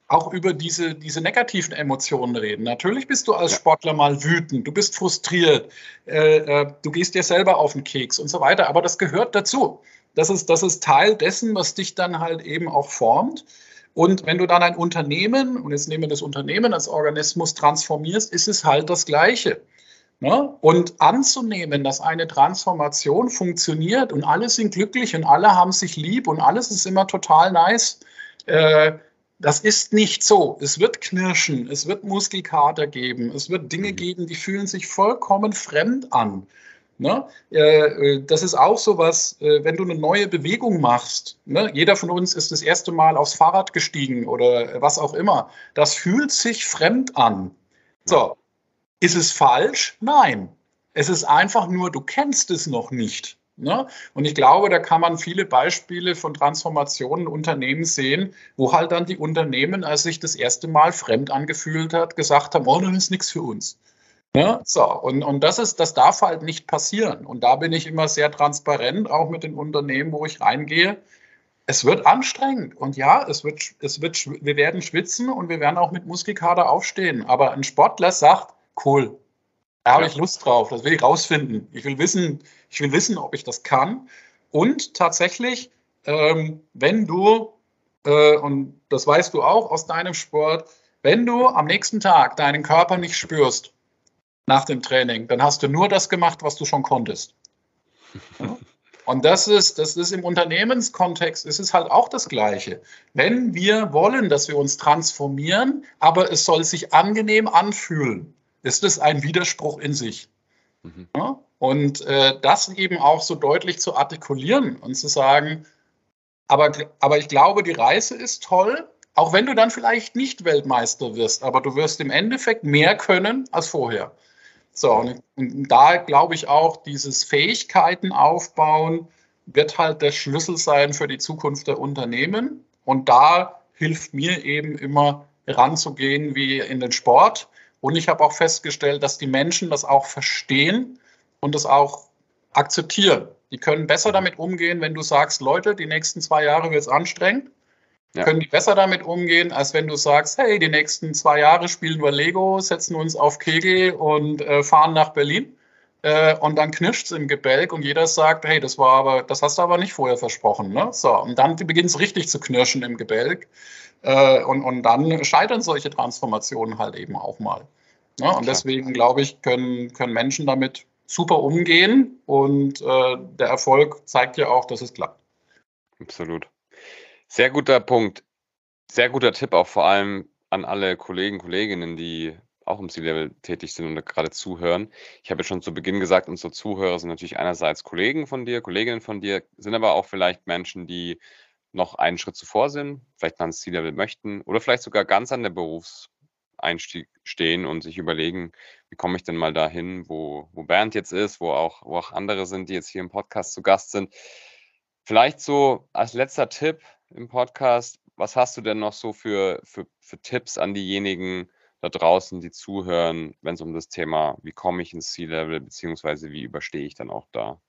S3: auch über diese, diese negativen Emotionen reden. Natürlich bist du als Sportler mal wütend, du bist frustriert, äh, äh, du gehst dir selber auf den Keks und so weiter, aber das gehört dazu. Das ist, das ist Teil dessen, was dich dann halt eben auch formt. Und wenn du dann ein Unternehmen, und jetzt nehmen wir das Unternehmen als Organismus, transformierst, ist es halt das Gleiche. Ne? Und anzunehmen, dass eine Transformation funktioniert und alle sind glücklich und alle haben sich lieb und alles ist immer total nice, äh, das ist nicht so. Es wird knirschen, es wird Muskelkater geben, es wird Dinge geben, die fühlen sich vollkommen fremd an. Ne? Äh, das ist auch so was, äh, wenn du eine neue Bewegung machst. Ne? Jeder von uns ist das erste Mal aufs Fahrrad gestiegen oder was auch immer. Das fühlt sich fremd an. So. Ist es falsch? Nein. Es ist einfach nur, du kennst es noch nicht. Ne? Und ich glaube, da kann man viele Beispiele von Transformationen in Unternehmen sehen, wo halt dann die Unternehmen, als sich das erste Mal fremd angefühlt hat, gesagt haben, oh, das ist nichts für uns. Ne? So, und, und das ist, das darf halt nicht passieren. Und da bin ich immer sehr transparent, auch mit den Unternehmen, wo ich reingehe. Es wird anstrengend und ja, es wird, es wird, wir werden schwitzen und wir werden auch mit Muskelkater aufstehen. Aber ein Sportler sagt, cool, da habe ja. ich Lust drauf, das will ich rausfinden. Ich will wissen, ich will wissen, ob ich das kann. Und tatsächlich, ähm, wenn du, äh, und das weißt du auch aus deinem Sport, wenn du am nächsten Tag deinen Körper nicht spürst nach dem Training, dann hast du nur das gemacht, was du schon konntest. Ja? Und das ist, das ist im Unternehmenskontext, ist es halt auch das Gleiche. Wenn wir wollen, dass wir uns transformieren, aber es soll sich angenehm anfühlen, ist das ein Widerspruch in sich. Mhm. Ja? Und äh, das eben auch so deutlich zu artikulieren und zu sagen, aber, aber ich glaube, die Reise ist toll, auch wenn du dann vielleicht nicht Weltmeister wirst, aber du wirst im Endeffekt mehr können als vorher. So, und, und da glaube ich auch, dieses Fähigkeiten aufbauen wird halt der Schlüssel sein für die Zukunft der Unternehmen. Und da hilft mir eben immer ranzugehen wie in den Sport. Und ich habe auch festgestellt, dass die Menschen das auch verstehen und das auch akzeptieren. Die können besser damit umgehen, wenn du sagst, Leute, die nächsten zwei Jahre wird es anstrengend. Ja. Können die besser damit umgehen, als wenn du sagst, hey, die nächsten zwei Jahre spielen wir Lego, setzen uns auf Kegel und äh, fahren nach Berlin. Äh, und dann knirscht es im Gebälk und jeder sagt, hey, das war aber, das hast du aber nicht vorher versprochen. Ne? So, und dann beginnt es richtig zu knirschen im Gebälk. Äh, und, und dann scheitern solche Transformationen halt eben auch mal. Ja, und deswegen, glaube ich, können, können Menschen damit super umgehen und äh, der Erfolg zeigt ja auch, dass es klappt.
S2: Absolut. Sehr guter Punkt. Sehr guter Tipp auch vor allem an alle Kollegen, Kolleginnen, die auch im C-Level tätig sind und gerade zuhören. Ich habe ja schon zu Beginn gesagt, unsere Zuhörer sind natürlich einerseits Kollegen von dir, Kolleginnen von dir, sind aber auch vielleicht Menschen, die noch einen Schritt zuvor sind, vielleicht mal ins C-Level möchten oder vielleicht sogar ganz an der Berufseinstieg stehen und sich überlegen, wie komme ich denn mal dahin, wo, wo Bernd jetzt ist, wo auch, wo auch andere sind, die jetzt hier im Podcast zu Gast sind. Vielleicht so als letzter Tipp im Podcast, was hast du denn noch so für, für, für Tipps an diejenigen da draußen, die zuhören, wenn es um das Thema, wie komme ich ins C-Level, beziehungsweise wie überstehe ich dann auch da?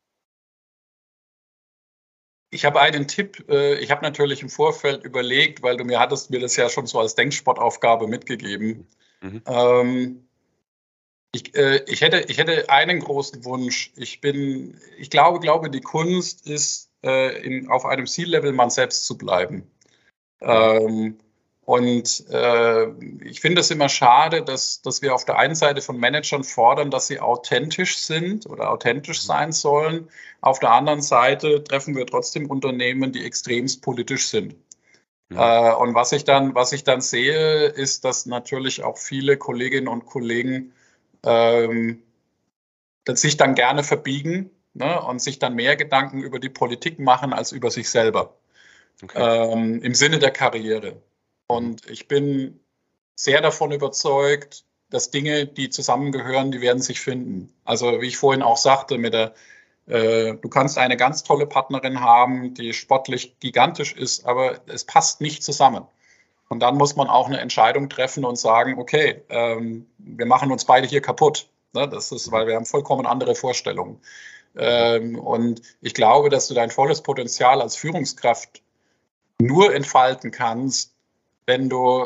S3: Ich habe einen Tipp, ich habe natürlich im Vorfeld überlegt, weil du mir hattest mir das ja schon so als Denksportaufgabe mitgegeben. Mhm. Ähm, ich, äh, ich, hätte, ich hätte einen großen Wunsch. Ich bin, ich glaube, glaube, die Kunst ist, äh, in, auf einem C-Level man selbst zu bleiben. Ähm, und äh, ich finde es immer schade, dass, dass wir auf der einen Seite von Managern fordern, dass sie authentisch sind oder authentisch sein sollen. Auf der anderen Seite treffen wir trotzdem Unternehmen, die extremst politisch sind. Ja. Äh, und was ich dann, was ich dann sehe, ist, dass natürlich auch viele Kolleginnen und Kollegen ähm, sich dann gerne verbiegen, ne, und sich dann mehr Gedanken über die Politik machen als über sich selber. Okay. Ähm, im Sinne der Karriere. Und ich bin sehr davon überzeugt, dass Dinge, die zusammengehören, die werden sich finden. Also wie ich vorhin auch sagte, mit der, äh, du kannst eine ganz tolle Partnerin haben, die sportlich gigantisch ist, aber es passt nicht zusammen. Und dann muss man auch eine Entscheidung treffen und sagen, okay, ähm, wir machen uns beide hier kaputt. Ne? Das ist, weil wir haben vollkommen andere Vorstellungen. Ähm, und ich glaube, dass du dein volles Potenzial als Führungskraft nur entfalten kannst, wenn du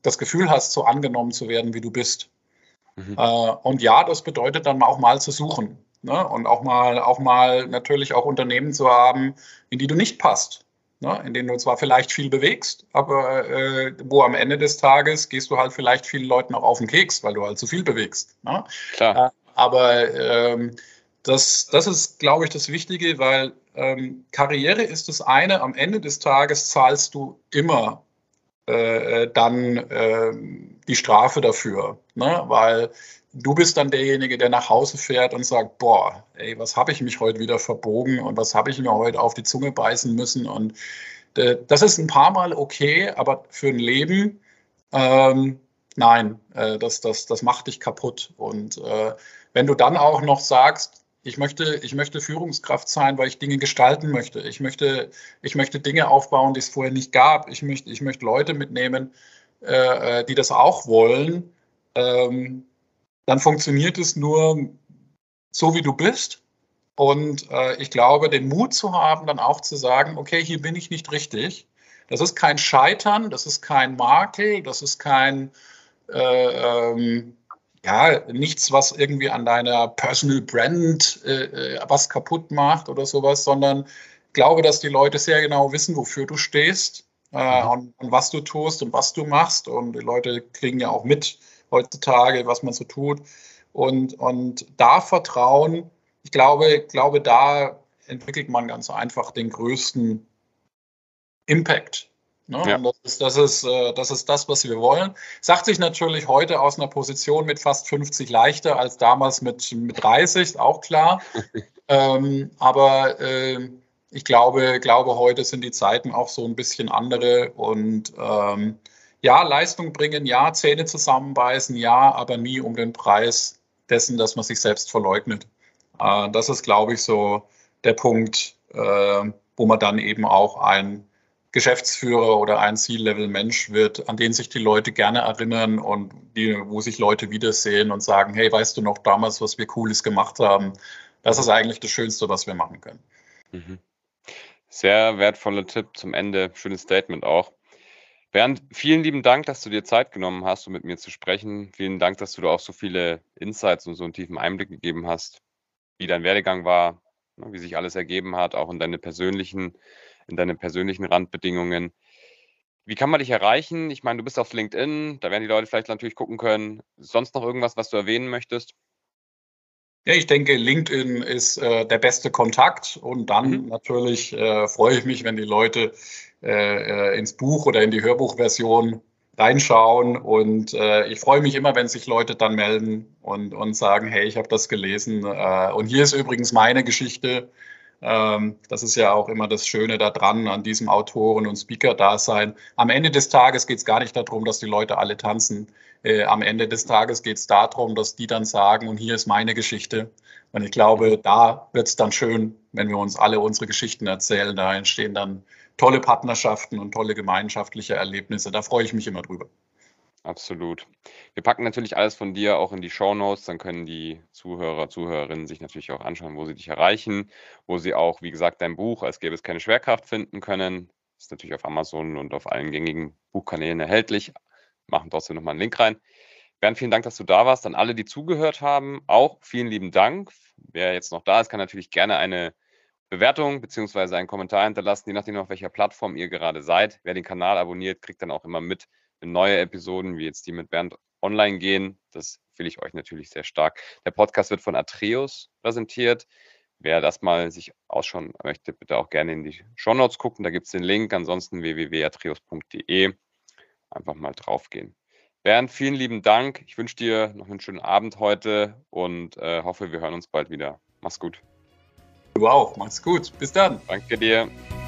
S3: das Gefühl hast, so angenommen zu werden, wie du bist. Mhm. Äh, und ja, das bedeutet dann auch mal zu suchen, ne? Und auch mal, auch mal natürlich auch Unternehmen zu haben, in die du nicht passt, ne? In denen du zwar vielleicht viel bewegst, aber äh, wo am Ende des Tages gehst du halt vielleicht vielen Leuten auch auf den Keks, weil du halt zu viel bewegst, ne?
S2: Klar.
S3: Äh, aber ähm, das, das ist, glaube ich, das Wichtige, weil ähm, Karriere ist das eine, am Ende des Tages zahlst du immer äh, dann äh, die Strafe dafür, ne? Weil du bist dann derjenige, der nach Hause fährt und sagt, boah, ey, was habe ich mich heute wieder verbogen und was habe ich mir heute auf die Zunge beißen müssen, und äh, das ist ein paar Mal okay, aber für ein Leben, ähm, nein, äh, das, das, das macht dich kaputt. Und äh, wenn du dann auch noch sagst, ich möchte, ich möchte Führungskraft sein, weil ich Dinge gestalten möchte. Ich möchte, ich möchte Dinge aufbauen, die es vorher nicht gab. Ich möchte, ich möchte Leute mitnehmen, äh, die das auch wollen. Ähm, dann funktioniert es nur so, wie du bist. Und äh, ich glaube, den Mut zu haben, dann auch zu sagen, okay, hier bin ich nicht richtig. Das ist kein Scheitern, das ist kein Makel, das ist kein äh, ähm, ja, nichts, was irgendwie an deiner Personal Brand äh, was kaputt macht oder sowas, sondern glaube, dass die Leute sehr genau wissen, wofür du stehst äh, mhm. und, und was du tust und was du machst. Und die Leute kriegen ja auch mit heutzutage, was man so tut. Und, und da Vertrauen, ich glaube, glaube, da entwickelt man ganz einfach den größten Impact. Ne? Ja. Und das ist, das, ist, das ist das, was wir wollen. Sagt sich natürlich heute aus einer Position mit fast fünfzig leichter als damals mit, mit dreißig, auch klar. ähm, aber äh, ich glaube, glaube, heute sind die Zeiten auch so ein bisschen andere. Und ähm, ja, Leistung bringen, ja, Zähne zusammenbeißen, ja, aber nie um den Preis dessen, dass man sich selbst verleugnet. Äh, das ist, glaube ich, so der Punkt, äh, wo man dann eben auch ein Geschäftsführer oder ein C-Level-Mensch wird, an den sich die Leute gerne erinnern und die, wo sich Leute wiedersehen und sagen, hey, weißt du noch damals, was wir Cooles gemacht haben? Das ist eigentlich das Schönste, was wir machen können.
S2: Mhm. Sehr wertvoller Tipp zum Ende, schönes Statement auch. Bernd, vielen lieben Dank, dass du dir Zeit genommen hast, um mit mir zu sprechen. Vielen Dank, dass du da auch so viele Insights und so einen tiefen Einblick gegeben hast, wie dein Werdegang war, wie sich alles ergeben hat, auch in deine persönlichen in deine persönlichen Randbedingungen. Wie kann man dich erreichen? Ich meine, du bist auf LinkedIn, da werden die Leute vielleicht natürlich gucken können. Sonst noch irgendwas, was du erwähnen möchtest?
S3: Ja, ich denke, LinkedIn ist äh, der beste Kontakt, und dann mhm. natürlich äh, freue ich mich, wenn die Leute äh, ins Buch oder in die Hörbuchversion reinschauen, und äh, ich freue mich immer, wenn sich Leute dann melden und, und sagen, hey, ich habe das gelesen äh, und hier ist übrigens meine Geschichte. Das ist ja auch immer das Schöne daran, an diesem Autoren- und Speaker-Dasein. Am Ende des Tages geht es gar nicht darum, dass die Leute alle tanzen. Äh, am Ende des Tages geht es darum, dass die dann sagen, und hier ist meine Geschichte. Und ich glaube, da wird es dann schön, wenn wir uns alle unsere Geschichten erzählen. Da entstehen dann tolle Partnerschaften und tolle gemeinschaftliche Erlebnisse. Da freue ich mich immer drüber.
S2: Absolut. Wir packen natürlich alles von dir auch in die Shownotes, dann können die Zuhörer, Zuhörerinnen sich natürlich auch anschauen, wo sie dich erreichen, wo sie auch, wie gesagt, dein Buch Als gäbe es keine Schwerkraft finden können. Ist natürlich auf Amazon und auf allen gängigen Buchkanälen erhältlich. Machen trotzdem nochmal einen Link rein. Bernd, vielen Dank, dass du da warst. An alle, die zugehört haben, auch vielen lieben Dank. Wer jetzt noch da ist, kann natürlich gerne eine Bewertung bzw. einen Kommentar hinterlassen, je nachdem, auf welcher Plattform ihr gerade seid. Wer den Kanal abonniert, kriegt dann auch immer mit, wenn neue Episoden, wie jetzt die mit Bernd, online gehen. Das empfehle ich euch natürlich sehr stark. Der Podcast wird von Atreus präsentiert. Wer das mal sich ausschauen möchte, bitte auch gerne in die Shownotes gucken. Da gibt es den Link. Ansonsten w w w punkt atreus punkt d e. Einfach mal draufgehen. Bernd, vielen lieben Dank. Ich wünsche dir noch einen schönen Abend heute und äh, hoffe, wir hören uns bald wieder. Mach's gut.
S3: Du auch. Mach's gut. Bis dann.
S2: Danke dir.